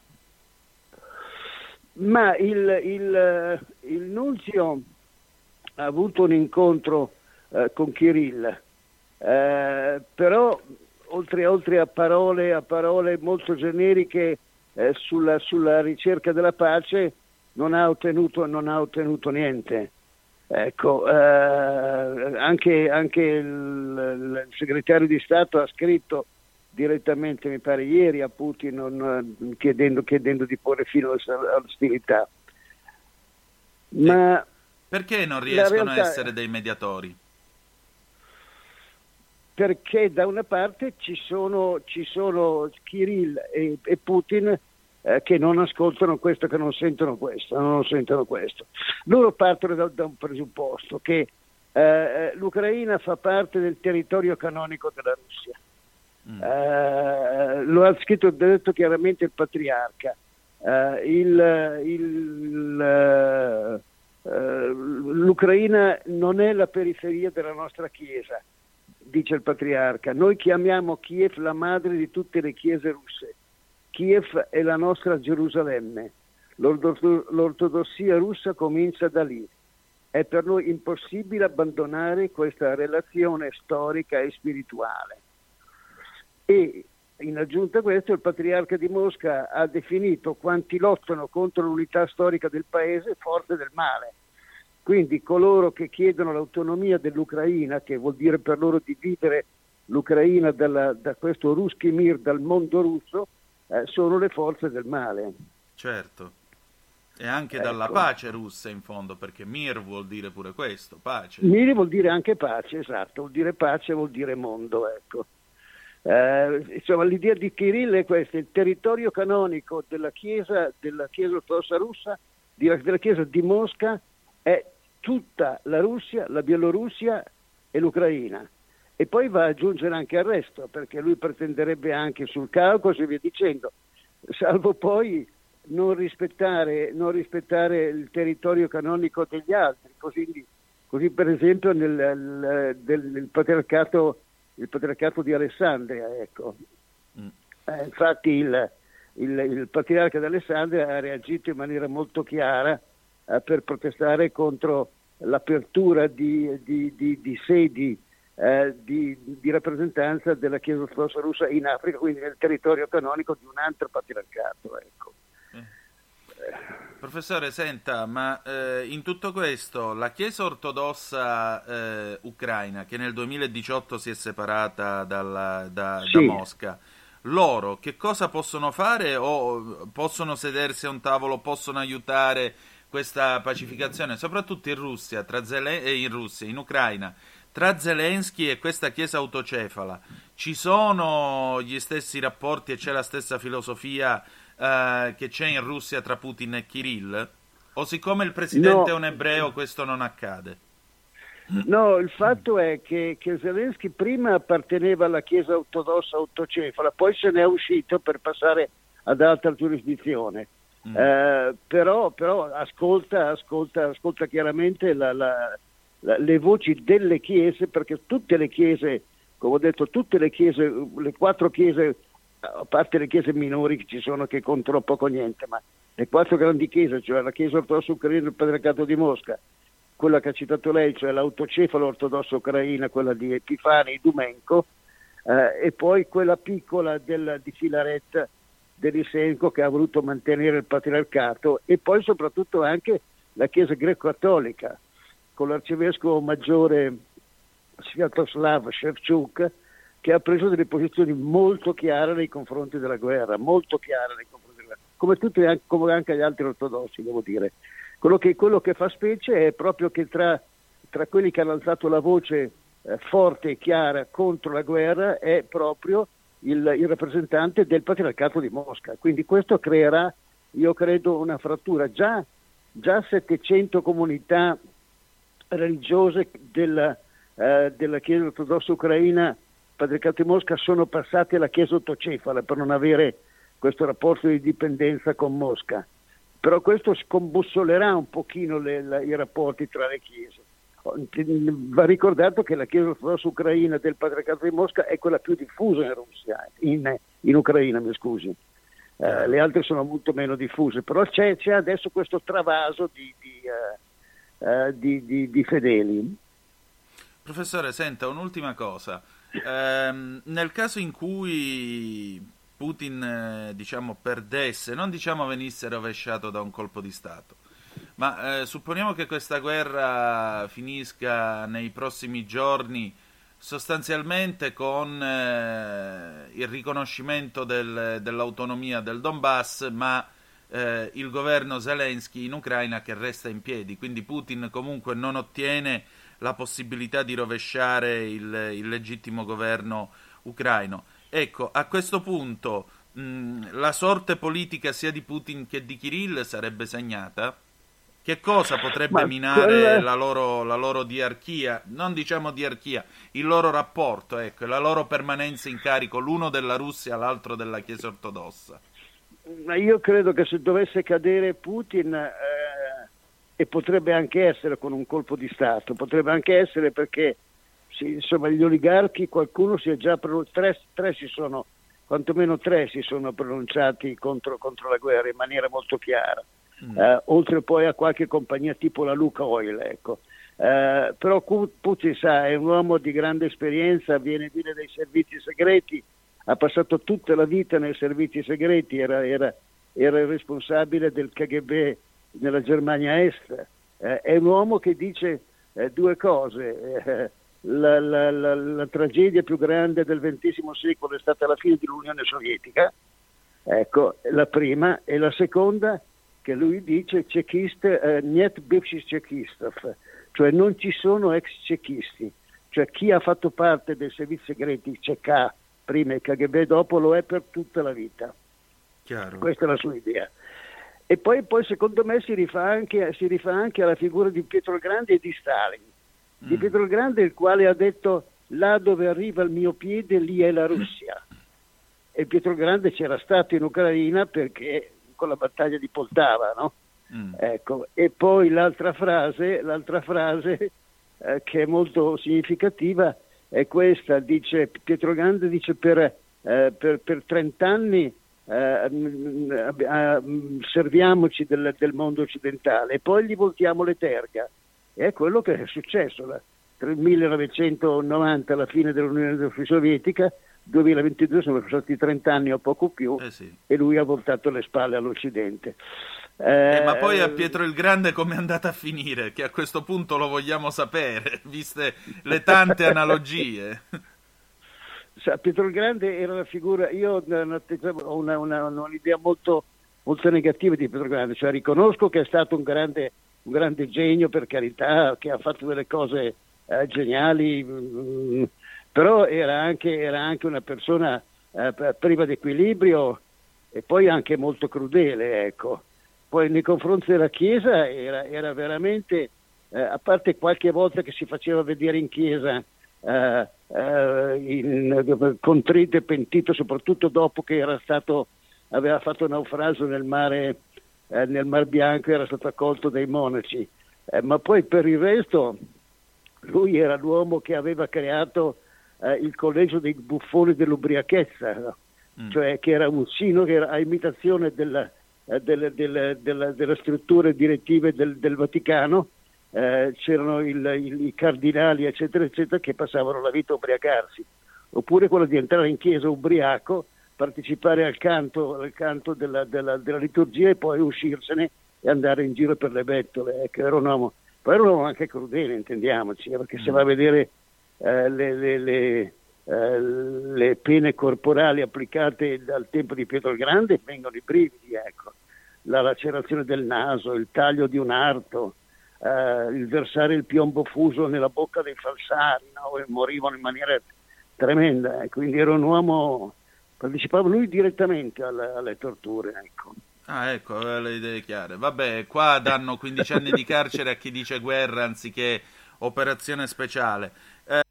Ma il, il, il Nunzio ha avuto un incontro eh, con Kirill, eh, però oltre, oltre a parole, a parole molto generiche eh, sulla, sulla ricerca della pace, non ha ottenuto, non ha ottenuto niente. Ecco, eh, anche, anche il, il segretario di Stato ha scritto direttamente, mi pare ieri, a Putin non, chiedendo, chiedendo di porre fine all'ostilità. Ma perché non riescono realtà, a essere dei mediatori? Perché da una parte ci sono, ci sono Kirill e, e Putin eh, che non ascoltano questo, che non sentono questo, non sentono questo. Loro partono da, da un presupposto che eh, l'Ucraina fa parte del territorio canonico della Russia. Mm. Uh, lo ha scritto, ha detto chiaramente il patriarca. Uh, il, il, uh, uh, L'Ucraina non è la periferia della nostra Chiesa, dice il patriarca. Noi chiamiamo Kiev la madre di tutte le chiese russe. Kiev è la nostra Gerusalemme. L'ortodossia russa comincia da lì. È per noi impossibile abbandonare questa relazione storica e spirituale. E in aggiunta a questo, il patriarca di Mosca ha definito quanti lottano contro l'unità storica del paese forze del male. Quindi coloro che chiedono l'autonomia dell'Ucraina, che vuol dire per loro dividere l'Ucraina dalla, da questo Ruski Mir, dal mondo russo, eh, sono le forze del male. Certo. E anche ecco. Dalla pace russa in fondo, perché Mir vuol dire pure questo, pace. Mir vuol dire anche pace, esatto, vuol dire pace, vuol dire mondo, ecco. Uh, insomma, l'idea di Kirill è questa: il territorio canonico della Chiesa della Chiesa ortodossa russa, di, della Chiesa di Mosca, è tutta la Russia, la Bielorussia e l'Ucraina, e poi va ad aggiungere anche il resto, perché lui pretenderebbe anche sul Caucaso e via dicendo, salvo poi non rispettare, non rispettare il territorio canonico degli altri. Così, così per esempio nel, nel, nel patriarcato il patriarcato di Alessandria, ecco. Mm. Eh, infatti il, il, il patriarca di Alessandria ha reagito in maniera molto chiara eh, per protestare contro l'apertura di, di, di, di sedi eh, di, di rappresentanza della Chiesa ortodossa russa in Africa, quindi nel territorio canonico di un altro patriarcato, ecco. Professore, senta, ma eh, in tutto questo la Chiesa ortodossa eh, ucraina, che nel duemiladiciotto si è separata dalla, da, sì. da Mosca, loro che cosa possono fare, o possono sedersi a un tavolo, possono aiutare questa pacificazione, soprattutto in Russia, tra Zelen- in Russia, in Ucraina, tra Zelensky e questa Chiesa autocefala? Ci sono gli stessi rapporti e c'è la stessa filosofia Uh, che c'è in Russia tra Putin e Kirill? O siccome il presidente no. è un ebreo questo non accade? No, il fatto è che, che Zelensky prima apparteneva alla Chiesa ortodossa autocefala, poi se ne è uscito per passare ad altra giurisdizione. Mm. Uh, però, però ascolta, ascolta, ascolta chiaramente la, la, la, le voci delle chiese, perché tutte le chiese come ho detto, tutte le chiese, le quattro chiese, a parte le chiese minori che ci sono, che contano poco o niente, ma le quattro grandi chiese, cioè la Chiesa ortodossa ucraina del Patriarcato di Mosca, quella che ha citato lei, cioè l'autocefalo ortodossa ucraina, quella di Epifani Dumenko, eh, e poi quella piccola del, di Filaret dell'Isenko, che ha voluto mantenere il patriarcato, e poi soprattutto anche la Chiesa greco-cattolica, con l'arcivescovo maggiore Sviatoslav Shevchuk, che ha preso delle posizioni molto chiare nei confronti della guerra, molto chiare nei confronti della guerra, come tutti, come anche gli altri ortodossi, devo dire. Quello che, quello che fa specie è proprio che tra, tra quelli che hanno alzato la voce eh, forte e chiara contro la guerra è proprio il, il rappresentante del Patriarcato di Mosca. Quindi questo creerà, io credo, una frattura. Già, già settecento comunità religiose della, eh, della Chiesa ortodossa ucraina, Patriarcato di Mosca, sono passate alla Chiesa ottocefala per non avere questo rapporto di dipendenza con Mosca. Però questo scombussolerà un pochino le, le, i rapporti tra le chiese. Va ricordato che la Chiesa ortodossa ucraina del Patriarcato di Mosca è quella più diffusa in Russia, in, in Ucraina, mi scusi. Eh, le altre sono molto meno diffuse, però c'è, c'è adesso questo travaso di, di, uh, uh, di, di, di fedeli. Professore, senta, un'ultima cosa. Eh, nel caso in cui Putin, eh, diciamo, perdesse, non diciamo venisse rovesciato da un colpo di Stato, ma eh, supponiamo che questa guerra finisca nei prossimi giorni sostanzialmente con eh, il riconoscimento del, dell'autonomia del Donbass, ma eh, il governo Zelensky in Ucraina che resta in piedi, quindi Putin comunque non ottiene la possibilità di rovesciare il, il legittimo governo ucraino. Ecco, a questo punto mh, la sorte politica sia di Putin che di Kirill sarebbe segnata? Che cosa potrebbe Ma minare quella... la, loro, la loro diarchia, non diciamo diarchia, il loro rapporto, ecco, la loro permanenza in carico, l'uno della Russia, l'altro della Chiesa ortodossa? Ma io credo che se dovesse cadere Putin, eh, e potrebbe anche essere con un colpo di Stato, potrebbe anche essere perché sì, insomma, gli oligarchi, qualcuno si è già pronunciato, tre, tre si sono, quantomeno tre si sono pronunciati contro, contro la guerra in maniera molto chiara. Mm. Eh, oltre poi a qualche compagnia tipo la Lukoil, ecco. Eh, però Putin, sa, è un uomo di grande esperienza, viene, viene dai servizi segreti, ha passato tutta la vita nei servizi segreti, era, era, era il responsabile del K G B nella Germania Est, eh, è un uomo che dice eh, due cose. Eh, la, la, la, la tragedia più grande del ventesimo secolo è stata la fine dell'Unione Sovietica, ecco, la prima, e la seconda che lui dice cecchist, eh, niet bivshich cechistov, cioè non ci sono ex cechisti, cioè chi ha fatto parte dei servizi segreti C K prima e K G B dopo lo è per tutta la vita. Chiaro. Questa è la sua idea. E poi, poi secondo me si rifà, anche, si rifà anche alla figura di Pietro il Grande e di Stalin. Mm. Di Pietro il Grande, il quale ha detto là dove arriva il mio piede lì è la Russia. E Pietro il Grande c'era stato in Ucraina perché con la battaglia di Poltava, no? Mm. Ecco. E poi l'altra frase, l'altra frase eh, che è molto significativa è questa, dice Pietro Grande dice per, eh, per, per trent'anni eh, eh, serviamoci del, del mondo occidentale e poi gli voltiamo le terga. E è quello che è successo la, tra il millenovecentonovanta, alla fine dell'Unione Sovietica, duemilaventidue sono passati trent'anni o poco più, eh sì. E lui ha voltato le spalle all'Occidente. Eh, eh, ma poi a Pietro il Grande come è andata a finire? Che a questo punto lo vogliamo sapere, viste le tante analogie. Sa, Pietro il Grande era la figura, io ho una, una, un'idea molto, molto negativa di Pietro il Grande, cioè riconosco che è stato un grande, un grande genio, per carità, che ha fatto delle cose eh, geniali, mh, però era anche, era anche una persona eh, priva di equilibrio e poi anche molto crudele, ecco. Poi nei confronti della Chiesa era, era veramente, eh, a parte qualche volta che si faceva vedere in Chiesa eh, eh, in, contrito e pentito, soprattutto dopo che era stato, aveva fatto naufragio nel mare, eh, nel Mar Bianco, era stato accolto dai monaci, eh, ma poi per il resto lui era l'uomo che aveva creato eh, il collegio dei buffoni dell'ubriachezza, no? mm. cioè che era un sino che era a imitazione della, eh, delle, delle, della, delle strutture direttive del, del Vaticano. Eh, c'erano il, il, i cardinali eccetera eccetera che passavano la vita a ubriacarsi, oppure quello di entrare in chiesa ubriaco, partecipare al canto, al canto della, della, della liturgia e poi uscirsene e andare in giro per le bettole. Ecco, era un uomo, poi era un uomo anche crudele, intendiamoci, perché se va a vedere eh, le, le, le, eh, le pene corporali applicate al tempo di Pietro il Grande, vengono i brividi, ecco. La lacerazione del naso, il taglio di un arto, Uh, il versare il piombo fuso nella bocca dei falsari, no? E morivano in maniera tremenda, eh. Quindi era un uomo, partecipava lui direttamente alle, alle torture, ecco. Ah, ecco, aveva le idee chiare. Vabbè, qua danno quindici anni di carcere a chi dice guerra anziché operazione speciale. Eh...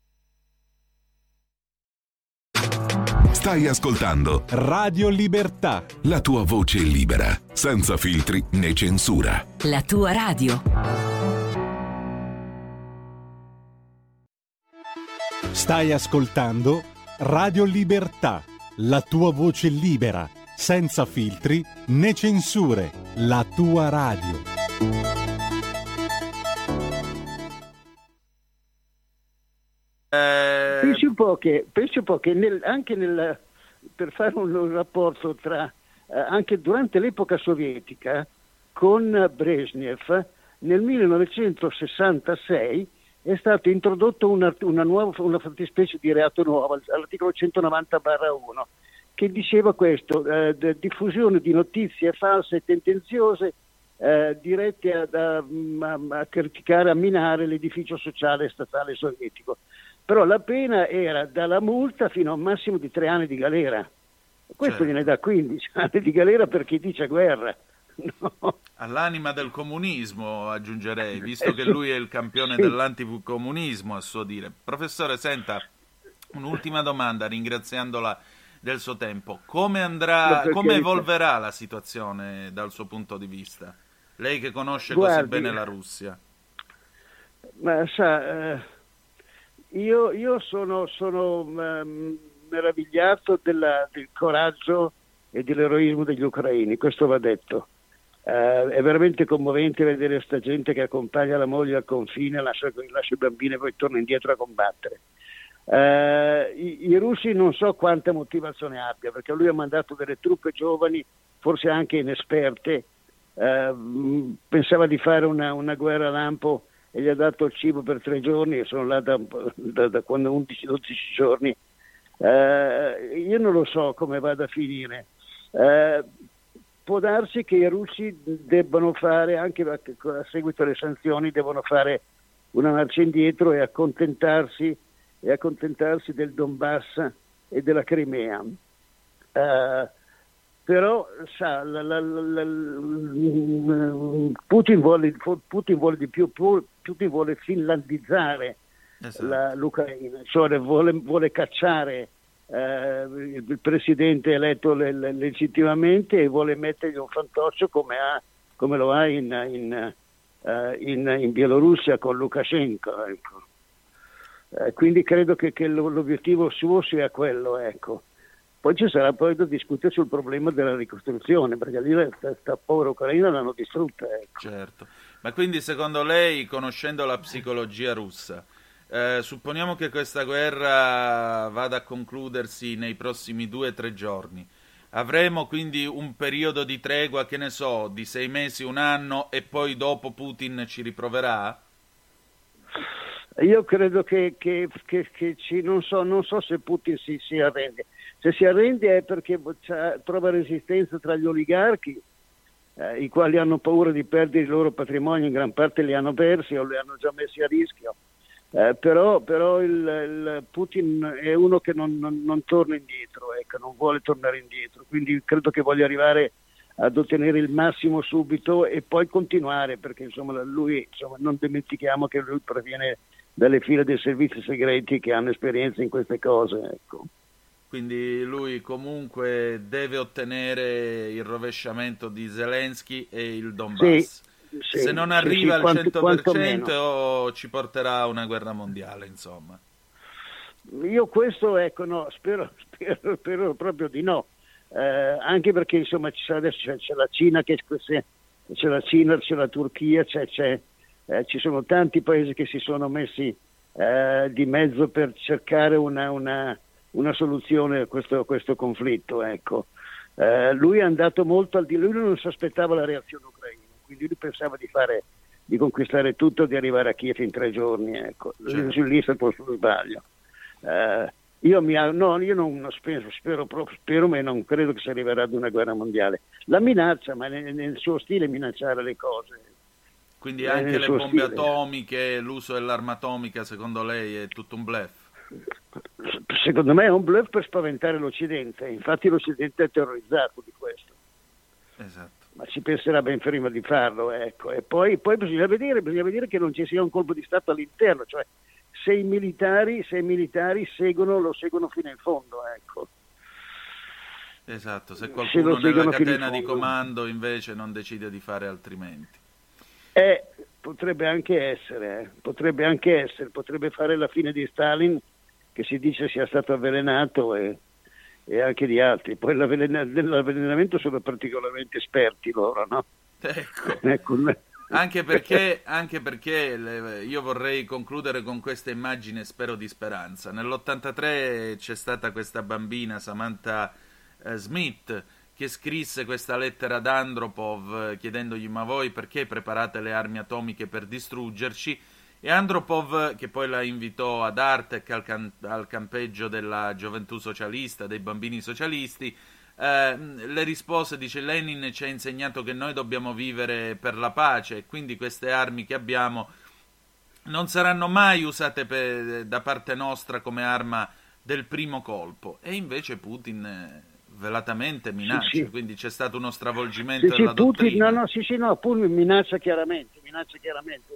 Stai ascoltando Radio Libertà, la tua voce libera, senza filtri né censura. La tua radio. Stai ascoltando Radio Libertà, la tua voce libera, senza filtri né censure. La tua radio. Eh... Pensi un po' che, pensi un po' che nel, anche nel, per fare un, un rapporto tra eh, anche durante l'epoca sovietica con Brezhnev nel millenovecentosessantasei è stato introdotto una, una nuova una fattispecie di reato nuovo all'articolo centonovanta barra uno che diceva questo, eh, diffusione di notizie false e tendenziose eh, dirette a, a, a criticare, a minare l'edificio sociale statale sovietico. Però la pena era dalla multa fino a un massimo di tre anni di galera. Questo certo. Viene da quindici anni di galera per chi dice guerra. No. All'anima del comunismo, aggiungerei, visto che lui è il campione sì. dell'anticomunismo, a suo dire. Professore, senta, un'ultima domanda, ringraziandola del suo tempo. Come andrà, come evolverà la situazione dal suo punto di vista? Lei che conosce Guardi, così bene la Russia. Ma sa, eh, io, io sono, sono um, meravigliato della, del coraggio e dell'eroismo degli ucraini, questo va detto. Uh, è veramente commovente vedere sta gente che accompagna la moglie al confine, lascia, lascia i bambini e poi torna indietro a combattere. Uh, i, I russi non so quanta motivazione abbia, perché lui ha mandato delle truppe giovani, forse anche inesperte, uh, pensava di fare una, una guerra lampo e gli ha dato il cibo per tre giorni e sono là da, da, da quando undici dodici giorni. Uh, io non lo so come vada a finire. Uh, può darsi che i russi debbano fare, anche a, a seguito delle sanzioni, devono fare una marcia indietro e accontentarsi e accontentarsi del Donbass e della Crimea. Uh, però sa, la, la, la, la, Putin, vuole, Putin vuole di più, Putin vuole finlandizzare esatto. la, l'Ucraina, cioè vuole, vuole cacciare eh, il, il presidente eletto le, le, legittimamente e vuole mettergli un fantoccio come, ha, come lo ha in, in, uh, in, in Bielorussia con Lukashenko. Ecco. Eh, quindi credo che, che l'obiettivo suo sia quello, ecco. Poi ci sarà poi da discutere sul problema della ricostruzione, perché lì questa povera Ucraina l'hanno distrutta. Ecco. Certo, ma quindi secondo lei, conoscendo la psicologia russa, eh, supponiamo che questa guerra vada a concludersi nei prossimi due o tre giorni, avremo quindi un periodo di tregua, che ne so, di sei mesi, un anno, e poi dopo Putin ci riproverà? Io credo che, che, che, che ci, non so, non so se Putin si, si arrende. Se si arrende è perché trova resistenza tra gli oligarchi, eh, i quali hanno paura di perdere il loro patrimonio, in gran parte li hanno persi o li hanno già messi a rischio. Eh, però però il, il Putin è uno che non, non, non torna indietro, ecco, non vuole tornare indietro, quindi credo che voglia arrivare ad ottenere il massimo subito e poi continuare, perché insomma lui, insomma, non dimentichiamo che lui proviene dalle file dei servizi segreti che hanno esperienza in queste cose, ecco. Quindi lui comunque deve ottenere il rovesciamento di Zelensky e il Donbass. Sì, sì, se non arriva sì, sì, al cento per cento ci porterà a una guerra mondiale, insomma. io questo, ecco, no, spero, spero, spero proprio di no, eh, anche perché insomma ci adesso c'è, c'è la Cina, che c'è la Cina, c'è la Turchia, c'è, c'è, eh, ci sono tanti paesi che si sono messi eh, di mezzo per cercare una, una, una soluzione a questo, a questo conflitto, ecco. Eh, lui è andato molto al di là, lui non si aspettava la reazione ucraina, quindi lui pensava di fare, di conquistare tutto, di arrivare a Kiev in tre giorni, ecco. Certo. Lì è stato il suo sbaglio. Eh, io, mi, no, io non spero, spero, spero, ma non credo che si arriverà ad una guerra mondiale. La minaccia, ma nel, nel suo stile minacciare le cose. Quindi anche le bombe stile. atomiche, l'uso dell'arma atomica, secondo lei è tutto un bluff? Secondo me è un bluff per spaventare l'Occidente, infatti l'Occidente è terrorizzato di questo. Esatto. Ma si penserà ben prima di farlo, ecco. E poi, poi bisogna vedere, bisogna vedere che non ci sia un colpo di Stato all'interno, cioè se i militari, se i militari seguono, lo seguono fino in fondo, ecco. Esatto, se qualcuno se nella catena di comando invece non decide di fare altrimenti. Eh, potrebbe anche essere, eh. potrebbe anche essere, potrebbe fare la fine di Stalin, che si dice sia stato avvelenato, e, e anche di altri. Poi l'avvelenamento sono particolarmente esperti loro, no? Ecco. ecco. Anche perché, anche perché le, io vorrei concludere con questa immagine, spero di speranza. Nell'ottantatré c'è stata questa bambina, Samantha eh, Smith, che scrisse questa lettera ad Andropov chiedendogli: ma voi perché preparate le armi atomiche per distruggerci? E Andropov, che poi la invitò ad Artek, al, can- al campeggio della gioventù socialista, dei bambini socialisti, eh, le rispose, dice: Lenin ci ha insegnato che noi dobbiamo vivere per la pace e quindi queste armi che abbiamo non saranno mai usate per, da parte nostra come arma del primo colpo. E invece Putin eh, velatamente minaccia, sì, sì. Quindi c'è stato uno stravolgimento sì, della sì, Putin, dottrina. No, no, sì, sì, no, Putin minaccia chiaramente, minaccia chiaramente,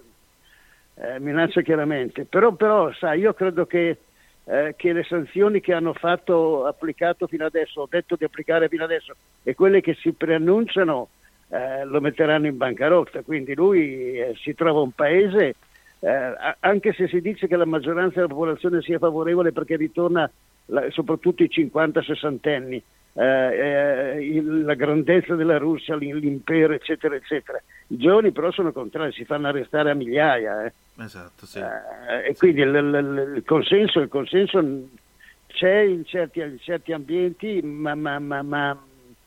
eh, minaccia chiaramente. Però, però, sai, io credo che Eh, che le sanzioni che hanno fatto, applicato fino adesso, ho detto di applicare fino adesso, e quelle che si preannunciano eh, lo metteranno in bancarotta. Quindi lui eh, si trova un paese, eh, anche se si dice che la maggioranza della popolazione sia favorevole perché ritorna la, soprattutto i cinquanta sessantenni, eh, eh, il, la grandezza della Russia, l'impero, eccetera, eccetera. I giovani però sono contrari, si fanno arrestare a migliaia. Eh. Esatto, sì. Eh, e quindi il, il, il consenso, il consenso c'è in certi, in certi ambienti, ma, ma, ma, ma,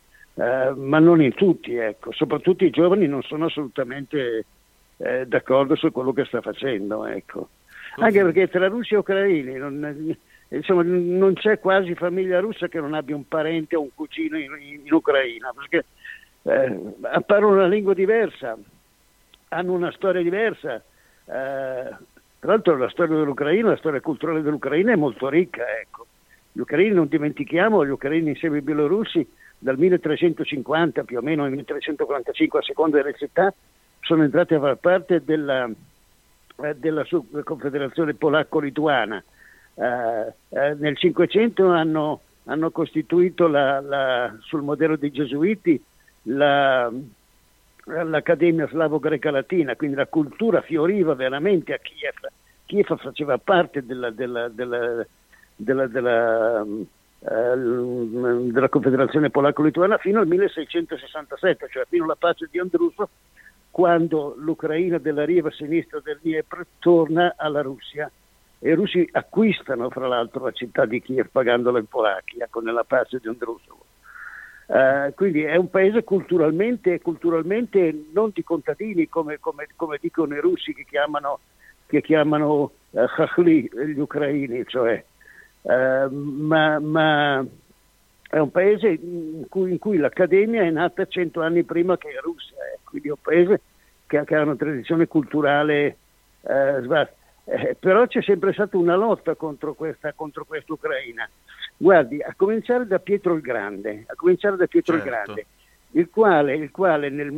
eh, ma non in tutti, ecco. Soprattutto i giovani non sono assolutamente eh, d'accordo su quello che sta facendo, ecco. Anche perché tra russi e ucraini non, insomma, non c'è quasi famiglia russa che non abbia un parente o un cugino in, in Ucraina, perché eh, parlano una lingua diversa, hanno una storia diversa. Uh, tra l'altro la storia dell'Ucraina, la storia culturale dell'Ucraina è molto ricca, ecco. Gli ucraini, non dimentichiamo, gli ucraini insieme ai bielorussi dal milletrecentocinquanta più o meno al milletrecentoquarantacinque, a seconda delle città, sono entrati a far parte della, eh, della Confederazione Polacco-Lituana. Uh, eh, nel Cinquecento hanno, hanno costituito la, la, sul modello dei gesuiti la l'Accademia Slavo-Greca Latina, quindi la cultura fioriva veramente a Kiev. Kiev faceva parte della, della, della, della, della, uh, della Confederazione Polacco-Lituana fino al milleseicentosessantasette, cioè fino alla pace di Andrusov, quando l'Ucraina della riva sinistra del Dniepr torna alla Russia e i russi acquistano fra l'altro la città di Kiev pagandola in Polacchia con la pace di Andrusov. Uh, quindi è un paese culturalmente, culturalmente non di contadini come, come, come dicono i russi che chiamano, che chiamano uh, chachli gli ucraini, cioè, uh, ma, ma è un paese in cui, in cui l'Accademia è nata cento anni prima che in Russia, eh. Quindi è un paese che, che ha una tradizione culturale uh, eh, però c'è sempre stata una lotta contro questa, contro questa Ucraina. Guardi, a cominciare da Pietro il Grande, a cominciare da Pietro certo. il Grande, il quale, il quale nel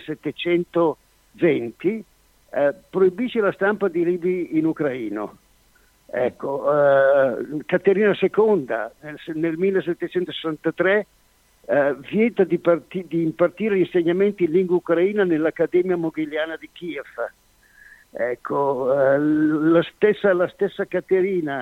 millesettecentoventi eh, proibisce la stampa di libri in ucraino. Ecco, eh, Caterina seconda nel, nel millesettecentosessantatré eh, vieta di, parti, di impartire insegnamenti in lingua ucraina nell'Accademia Mogiliana di Kiev. Ecco, eh, la stessa, la stessa Caterina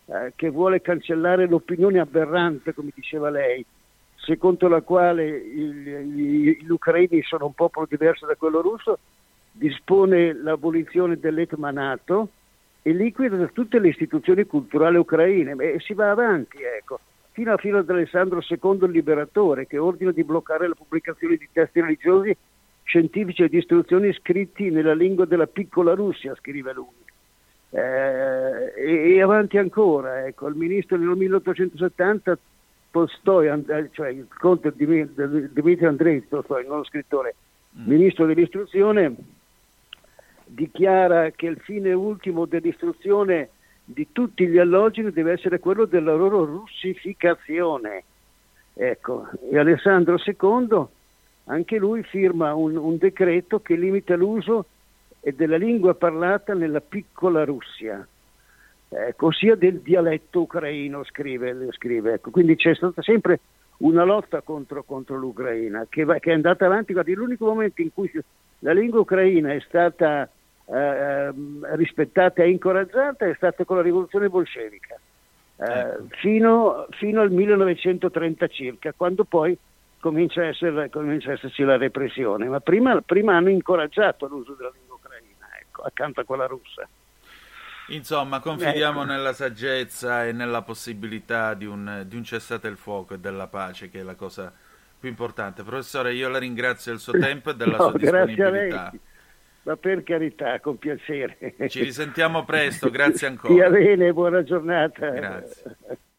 eh, che vuole cancellare l'opinione aberrante, come diceva lei, secondo la quale il, gli, gli ucraini sono un popolo diverso da quello russo, dispone l'abolizione dell'etmanato e liquida tutte le istituzioni culturali ucraine, e si va avanti, ecco, fino, fino ad Alessandro secondo il Liberatore, che ordina di bloccare la pubblicazione di testi religiosi, scientifici e di istruzioni scritti nella lingua della piccola Russia, scrive lui. Eh, e, e avanti ancora, ecco, il ministro nel milleottocentosettanta Tolstoi, cioè il conte Dmitry Andreevich Tolstoi, non lo scrittore, mm. ministro dell'istruzione, dichiara che il fine ultimo dell'istruzione di tutti gli alloggi deve essere quello della loro russificazione. Ecco, e Alessandro secondo, anche lui firma un, un decreto che limita l'uso della lingua parlata nella piccola Russia, ecco, ossia del dialetto ucraino, scrive, scrive. Ecco. Quindi c'è stata sempre una lotta contro, contro l'Ucraina, che, va, che è andata avanti. Guardi, l'unico momento in cui la lingua ucraina è stata eh, rispettata e incoraggiata è stata con la rivoluzione bolscevica, eh, fino, fino al millenovecentotrenta circa, quando poi comincia a, essere, comincia a esserci la repressione, ma prima, prima hanno incoraggiato l'uso della lingua ucraina, ecco, accanto a quella russa. Insomma, confidiamo ecco. nella saggezza e nella possibilità di un, di un cessate il fuoco e della pace, che è la cosa più importante. Professore, io la ringrazio del suo tempo e della no, sua disponibilità. Grazie a lei. Ma per carità, con piacere. Ci risentiamo presto, grazie ancora. Stia bene, buona giornata. Grazie.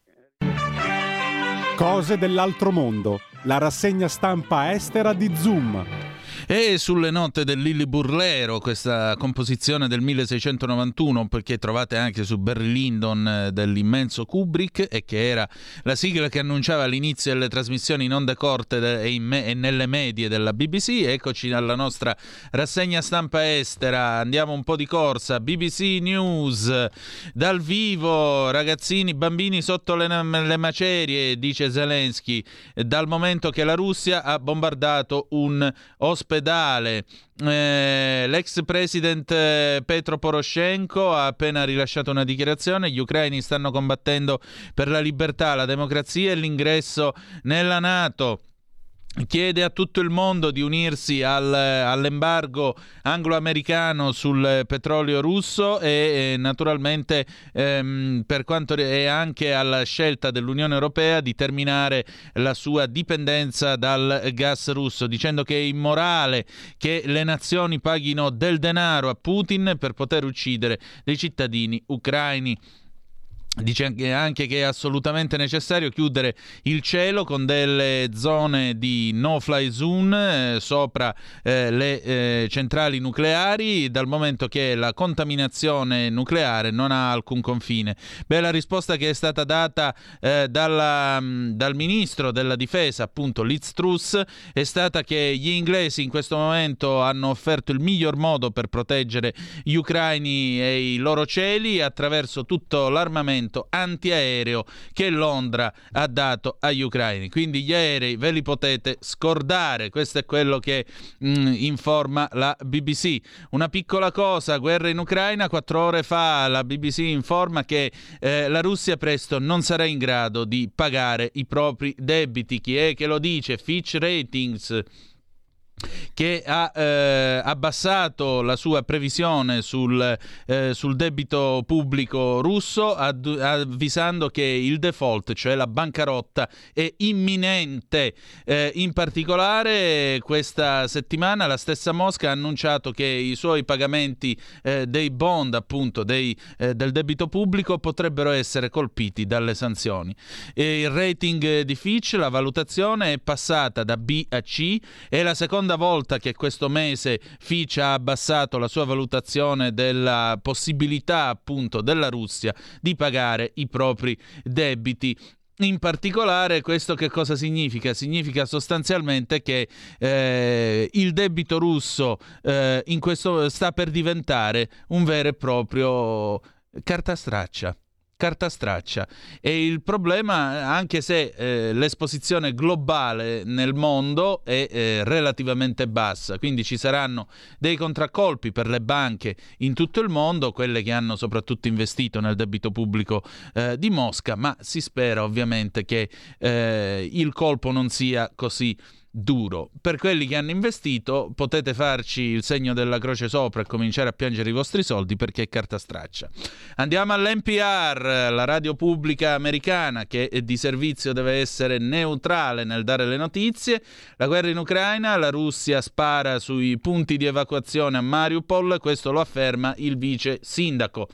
Cose dell'altro mondo, la rassegna stampa estera di Zoom. E sulle note del Lilliburlero, questa composizione del milleseicentonovantuno, perché trovate anche su Barry Lyndon dell'immenso Kubrick, e che era la sigla che annunciava l'inizio delle trasmissioni in onde corte e, in me- e nelle medie della B B C. Eccoci alla nostra rassegna stampa estera, andiamo un po' di corsa. B B C News, dal vivo, ragazzini, bambini sotto le, le macerie, dice Zelensky, dal momento che la Russia ha bombardato un ospedale. Eh, l'ex president Petro Poroshenko ha appena rilasciato una dichiarazione: gli ucraini stanno combattendo per la libertà, la democrazia e l'ingresso nella NATO. Chiede a tutto il mondo di unirsi al, all'embargo anglo-americano sul petrolio russo e, e naturalmente ehm, per quanto e anche alla scelta dell'Unione Europea di terminare la sua dipendenza dal gas russo, dicendo che è immorale che le nazioni paghino del denaro a Putin per poter uccidere dei cittadini ucraini. Dice anche che è assolutamente necessario chiudere il cielo con delle zone di no-fly zone eh, sopra eh, le eh, centrali nucleari, dal momento che la contaminazione nucleare non ha alcun confine. Beh, la risposta che è stata data eh, dalla, dal ministro della difesa, appunto Liz Truss, è stata che gli inglesi in questo momento hanno offerto il miglior modo per proteggere gli ucraini e i loro cieli attraverso tutto l'armamento antiaereo che Londra ha dato agli ucraini. Quindi gli aerei ve li potete scordare. Questo è quello che mh, informa la B B C. Una piccola cosa: guerra in Ucraina. Quattro ore fa la B B C informa che eh, la Russia presto non sarà in grado di pagare i propri debiti. Chi è che lo dice? Fitch Ratings, che ha eh, abbassato la sua previsione sul, eh, sul debito pubblico russo, ad, avvisando che il default, cioè la bancarotta, è imminente. Eh, in particolare questa settimana la stessa Mosca ha annunciato che i suoi pagamenti eh, dei bond, appunto dei, eh, del debito pubblico, potrebbero essere colpiti dalle sanzioni. E il rating di Fitch, la valutazione, è passata da B a C, è la seconda volta che questo mese Fitch ha abbassato la sua valutazione della possibilità, appunto, della Russia di pagare i propri debiti. In particolare, questo che cosa significa? Significa sostanzialmente che eh, il debito russo eh, in questo sta per diventare un vero e proprio carta straccia. carta straccia. E il problema, anche se eh, l'esposizione globale nel mondo è eh, relativamente bassa, quindi ci saranno dei contraccolpi per le banche in tutto il mondo, quelle che hanno soprattutto investito nel debito pubblico eh, di Mosca, ma si spera ovviamente che eh, il colpo non sia così duro. Per quelli che hanno investito potete farci il segno della croce sopra e cominciare a piangere i vostri soldi, perché è carta straccia. Andiamo all'N P R, la radio pubblica americana che di servizio deve essere neutrale nel dare le notizie. La guerra in Ucraina, la Russia spara sui punti di evacuazione a Mariupol, questo lo afferma il vice sindaco.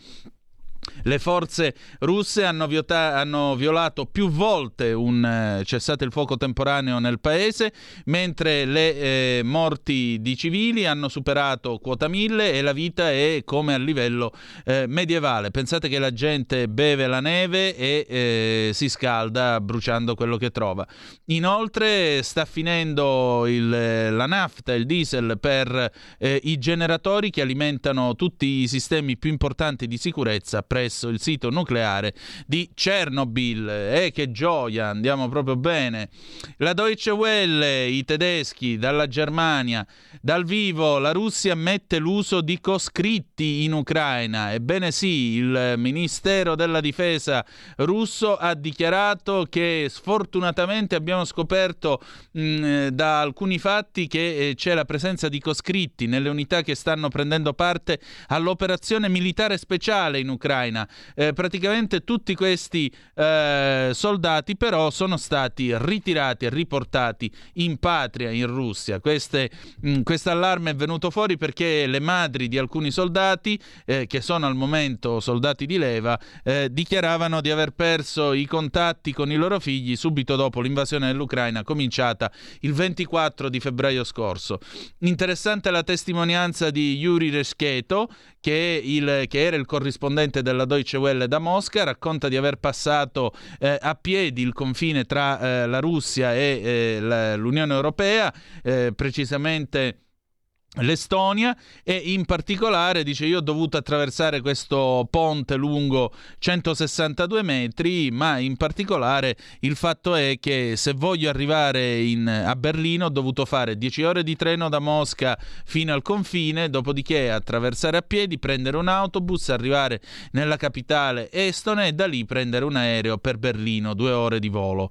Le forze russe hanno, viota- hanno violato più volte un eh, cessate il fuoco temporaneo nel paese, mentre le eh, morti di civili hanno superato quota mille e la vita è come a livello eh, medievale. Pensate che la gente beve la neve e eh, si scalda bruciando quello che trova. Inoltre sta finendo il, la nafta, il diesel per eh, i generatori che alimentano tutti i sistemi più importanti di sicurezza presso il sito nucleare di Chernobyl. Eh, che gioia, andiamo proprio bene. La Deutsche Welle, i tedeschi dalla Germania, dal vivo, la Russia ammette l'uso di coscritti in Ucraina. Ebbene sì, il Ministero della Difesa russo ha dichiarato che sfortunatamente abbiamo scoperto mh, da alcuni fatti che eh, c'è la presenza di coscritti nelle unità che stanno prendendo parte all'operazione militare speciale in Ucraina. Eh, praticamente tutti questi eh, soldati però sono stati ritirati e riportati in patria in Russia. Queste, mh, questo allarme è venuto fuori perché le madri di alcuni soldati, eh, che sono al momento soldati di leva, eh, dichiaravano di aver perso i contatti con i loro figli subito dopo l'invasione dell'Ucraina cominciata il ventiquattro di febbraio scorso. Interessante la testimonianza di Yuri Rescheto, che, il, che era il corrispondente della Deutsche Welle da Mosca. Racconta di aver passato eh, a piedi il confine tra eh, la Russia e eh, la, l'Unione Europea, eh, precisamente l'Estonia, e in particolare dice: io ho dovuto attraversare questo ponte lungo centosessantadue metri, ma in particolare il fatto è che se voglio arrivare in, a Berlino ho dovuto fare dieci ore di treno da Mosca fino al confine, dopodiché attraversare a piedi, prendere un autobus, arrivare nella capitale estone e da lì prendere un aereo per Berlino, due ore di volo.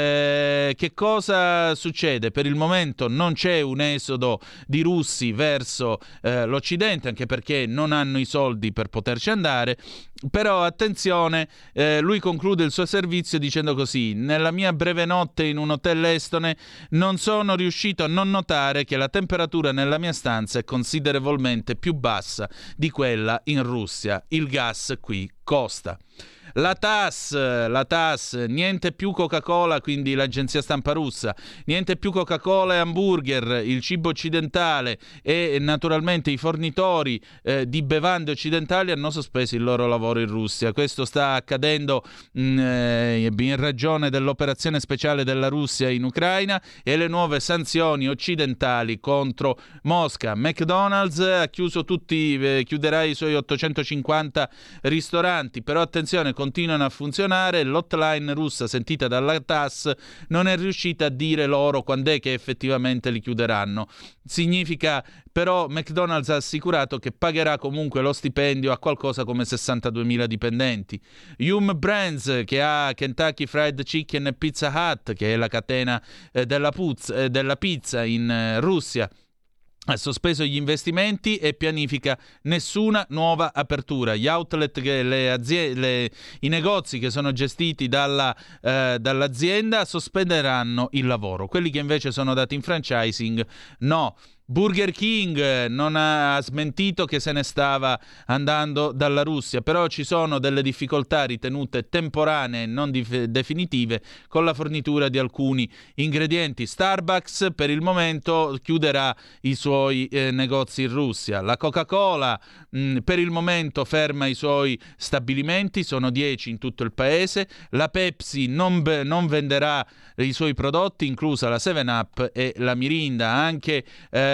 Eh, che cosa succede? Per il momento non c'è un esodo di russi verso eh, l'Occidente, anche perché non hanno i soldi per poterci andare. Però attenzione, eh, lui conclude il suo servizio dicendo così: nella mia breve notte in un hotel estone non sono riuscito a non notare che la temperatura nella mia stanza è considerevolmente più bassa di quella in Russia. Il gas qui costa. La T A S, la T A S, niente più Coca-Cola, quindi l'agenzia stampa russa, niente più Coca-Cola e hamburger, il cibo occidentale e naturalmente i fornitori eh, di bevande occidentali hanno sospeso il loro lavoro in Russia. Questo sta accadendo mh, eh, in ragione dell'operazione speciale della Russia in Ucraina e le nuove sanzioni occidentali contro Mosca. McDonald's ha chiuso tutti, eh, chiuderà i suoi ottocentocinquanta ristoranti, però attenzione, continuano a funzionare. L'hotline russa sentita dalla T A S non è riuscita a dire loro quando è che effettivamente li chiuderanno. Significa però, McDonald's ha assicurato che pagherà comunque lo stipendio a qualcosa come sessantaduemila dipendenti. Yum Brands, che ha Kentucky Fried Chicken e Pizza Hut, che è la catena eh, della, puz- eh, della pizza in eh, Russia, ha sospeso gli investimenti e pianifica nessuna nuova apertura. Gli outlet, che le azie- le, i negozi che sono gestiti dalla, eh, dall'azienda sospenderanno il lavoro. Quelli che invece sono dati in franchising no. Burger King non ha smentito che se ne stava andando dalla Russia, però ci sono delle difficoltà ritenute temporanee e non dif- definitive con la fornitura di alcuni ingredienti. Starbucks per il momento chiuderà i suoi eh, negozi in Russia. La Coca-Cola mh, per il momento ferma i suoi stabilimenti, sono dieci in tutto il paese. La Pepsi non, be- non venderà i suoi prodotti, inclusa la seven up e la Mirinda. Anche eh,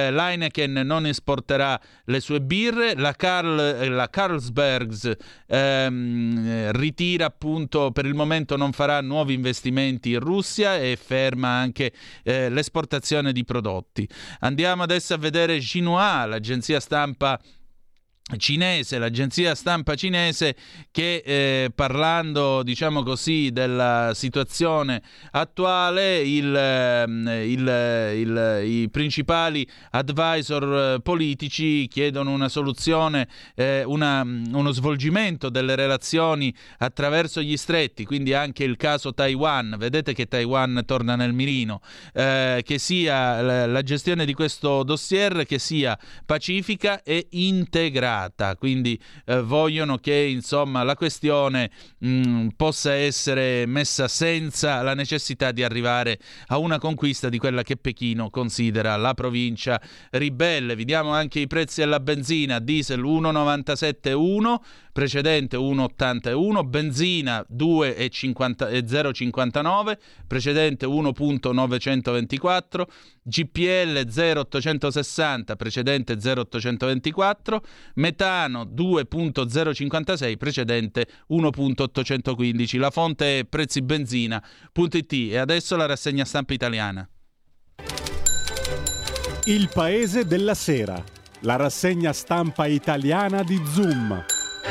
eh, l'Heineken non esporterà le sue birre, la, Carl, la Carlsbergs ehm, ritira appunto, per il momento non farà nuovi investimenti in Russia e ferma anche eh, l'esportazione di prodotti. Andiamo adesso a vedere Xinhua, l'agenzia stampa cinese, l'agenzia stampa cinese che eh, parlando diciamo così della situazione attuale il, il, il, i principali advisor politici chiedono una soluzione, eh, una, uno svolgimento delle relazioni attraverso gli stretti, quindi anche il caso Taiwan, vedete che Taiwan torna nel mirino, eh, che sia la, la gestione di questo dossier che sia pacifica e integrata. Quindi eh, vogliono che insomma la questione mh, possa essere messa senza la necessità di arrivare a una conquista di quella che Pechino considera la provincia ribelle. Vi diamo anche i prezzi alla benzina: diesel uno virgola novantasette uno, precedente uno virgola ottantuno, benzina due virgola zero cinquantanove, precedente uno virgola novecentoventiquattro, G P L zero virgola ottocentosessanta, precedente zero virgola ottocentoventiquattro, metano due virgola zero cinquantasei, precedente uno virgola ottocentoquindici. La fonte è prezzibenzina punto it. E adesso la rassegna stampa italiana. Il paese della sera, la rassegna stampa italiana di Zoom.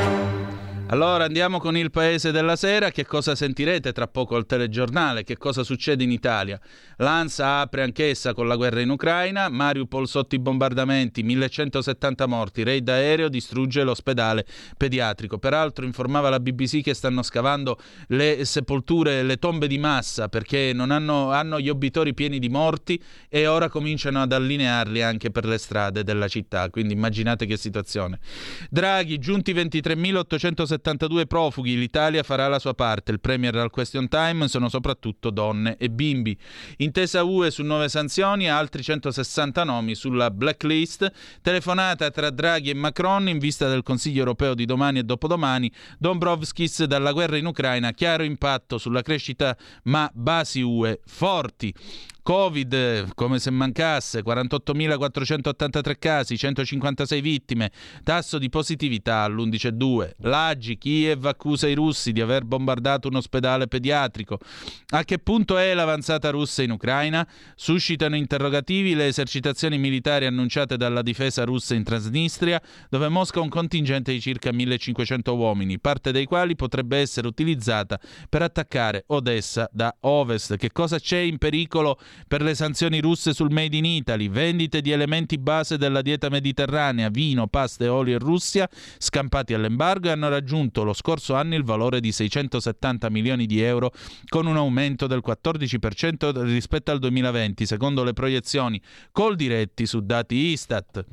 Allora andiamo con il paese della sera. Che cosa sentirete tra poco al telegiornale? Che cosa succede in Italia? L'ANSA apre anch'essa con la guerra in Ucraina, Mariupol sotto i bombardamenti, millecentosettanta morti, raid aereo distrugge l'ospedale pediatrico. Peraltro informava la B B C che stanno scavando le sepolture, le tombe di massa, perché non hanno, hanno gli obitori pieni di morti e ora cominciano ad allinearli anche per le strade della città, quindi immaginate che situazione. Draghi, giunti ventitremilaottocentosettantadue profughi, l'Italia farà la sua parte. Il premier al question time: sono soprattutto donne e bimbi. Intesa U E su nuove sanzioni, altri centosessanta nomi sulla blacklist. Telefonata tra Draghi e Macron in vista del Consiglio europeo di domani e dopodomani. Dombrovskis, dalla guerra in Ucraina, chiaro impatto sulla crescita ma basi U E forti. Covid, come se mancasse, quarantottomilaquattrocentottantatré casi, centocinquantasei vittime, tasso di positività all'undici virgola due. L'A G I, Kiev accusa i russi di aver bombardato un ospedale pediatrico. A che punto è l'avanzata russa in Ucraina? Suscitano interrogativi le esercitazioni militari annunciate dalla difesa russa in Transnistria, dove Mosca ha un contingente di circa millecinquecento uomini, parte dei quali potrebbe essere utilizzata per attaccare Odessa da ovest. Che cosa c'è in pericolo per le sanzioni russe sul Made in Italy? Vendite di elementi base della dieta mediterranea, vino, pasta e olio in Russia, scampati all'embargo, e hanno raggiunto lo scorso anno il valore di seicentosettanta milioni di euro, con un aumento del quattordici per cento rispetto al duemilaventi, secondo le proiezioni Coldiretti su dati Istat.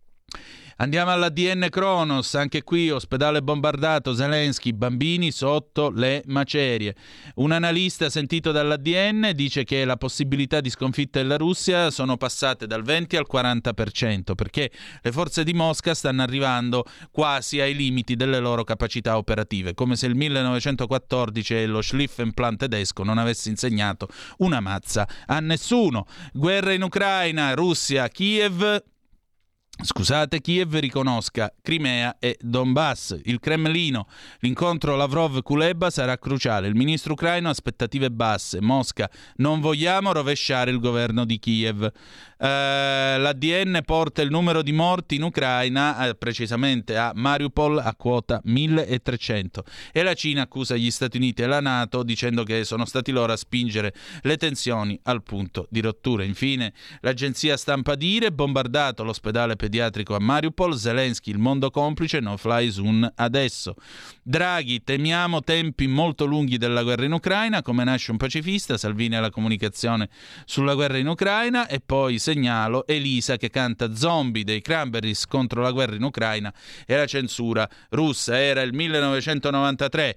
Andiamo all'A D N Kronos, anche qui ospedale bombardato, Zelensky, bambini sotto le macerie. Un analista sentito dall'A D N dice che la possibilità di sconfitta della Russia sono passate dal venti al quaranta per cento, perché le forze di Mosca stanno arrivando quasi ai limiti delle loro capacità operative, come se il millenovecentoquattordici e lo Schlieffen-Plan tedesco non avesse insegnato una mazza a nessuno. Guerra in Ucraina, Russia, Kiev... Scusate, Kiev riconosca Crimea e Donbass. Il Cremlino, l'incontro Lavrov-Kuleba sarà cruciale. Il ministro ucraino ha aspettative basse. Mosca, non vogliamo rovesciare il governo di Kiev. Uh, L'A D N porta il numero di morti in Ucraina, eh, precisamente a Mariupol, a quota milletrecento. E la Cina accusa gli Stati Uniti e la NATO dicendo che sono stati loro a spingere le tensioni al punto di rottura. Infine, l'agenzia stampa Dire, bombardato l'ospedale pediatrico a Mariupol, Zelensky, il mondo complice, no fly zone adesso. Draghi, temiamo tempi molto lunghi della guerra in Ucraina, come nasce un pacifista, Salvini alla comunicazione sulla guerra in Ucraina. E poi segnalo Elisa che canta Zombie dei Cranberries contro la guerra in Ucraina e la censura russa. Era il millenovecentonovantatré.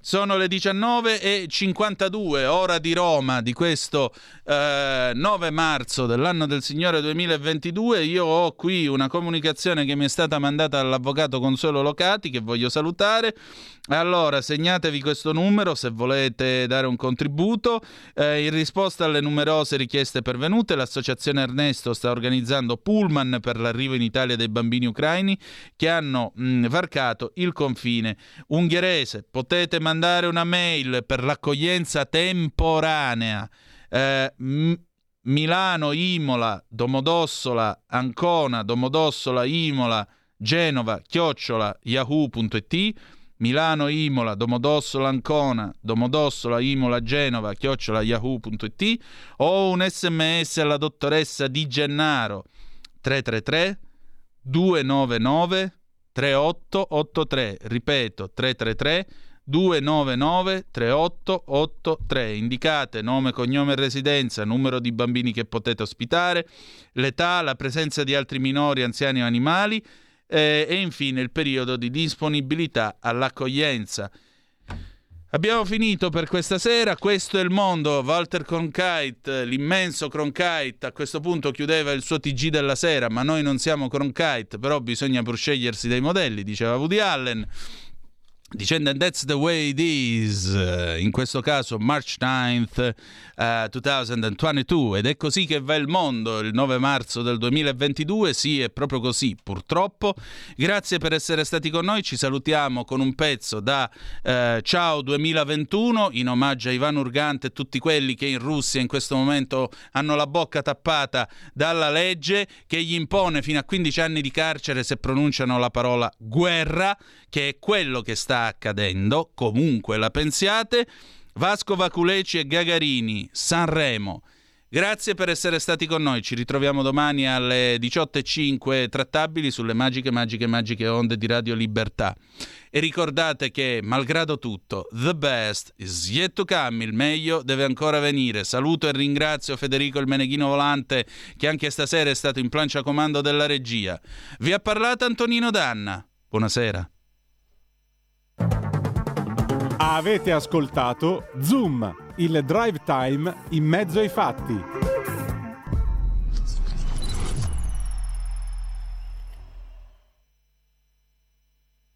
Sono le diciannove e cinquantadue, ora di Roma, di questo eh, nove marzo dell'anno del Signore duemilaventidue. Io ho qui una comunicazione che mi è stata mandata dall'avvocato Consuelo Locati, che voglio salutare. Allora, segnatevi questo numero se volete dare un contributo. Eh, in risposta alle numerose richieste pervenute, l'associazione Ernesto sta organizzando pullman per l'arrivo in Italia dei bambini ucraini che hanno mh, varcato il confine ungherese. Potete mandare una mail per l'accoglienza temporanea. Eh, m- Milano, Imola, Domodossola, Ancona, Domodossola, Imola, Genova, chiocciola yahoo punto it. Milano, Imola, Domodossola, Ancona, Domodossola, Imola, Genova, chiocciola yahoo punto it, o un sms alla dottoressa Di Gennaro tre tre tre due nove nove tre otto otto tre, ripeto tre tre tre due nove nove tre otto otto tre. Indicate nome, cognome e residenza, numero di bambini che potete ospitare, l'età, la presenza di altri minori, anziani o animali, Eh, e infine il periodo di disponibilità all'accoglienza. Abbiamo finito per questa sera. Questo è il mondo. Walter Cronkite, l'immenso Cronkite, a questo punto chiudeva il suo T G della sera, ma noi non siamo Cronkite, però bisogna pur scegliersi dei modelli, diceva Woody Allen, dicendo and that's the way it is, uh, in questo caso March ninth uh, duemilaventidue, ed è così che va il mondo il nove marzo del duemilaventidue. Sì, è proprio così, purtroppo. Grazie per essere stati con noi, ci salutiamo con un pezzo da uh, Ciao duemilaventuno, in omaggio a Ivan Urgant e tutti quelli che in Russia in questo momento hanno la bocca tappata dalla legge che gli impone fino a quindici anni di carcere se pronunciano la parola guerra, che è quello che sta accadendo, comunque la pensiate. Vasco Vaculeci e Gagarini, Sanremo. Grazie per essere stati con noi, ci ritroviamo domani alle diciotto e cinque trattabili sulle magiche, magiche, magiche onde di Radio Libertà. E ricordate che, malgrado tutto, the best is yet to come, il meglio deve ancora venire. Saluto e ringrazio Federico il Meneghino Volante, che anche stasera è stato in plancia comando della regia. Vi ha parlato Antonino Danna. Buonasera. Avete ascoltato Zoom, il drive time in mezzo ai fatti.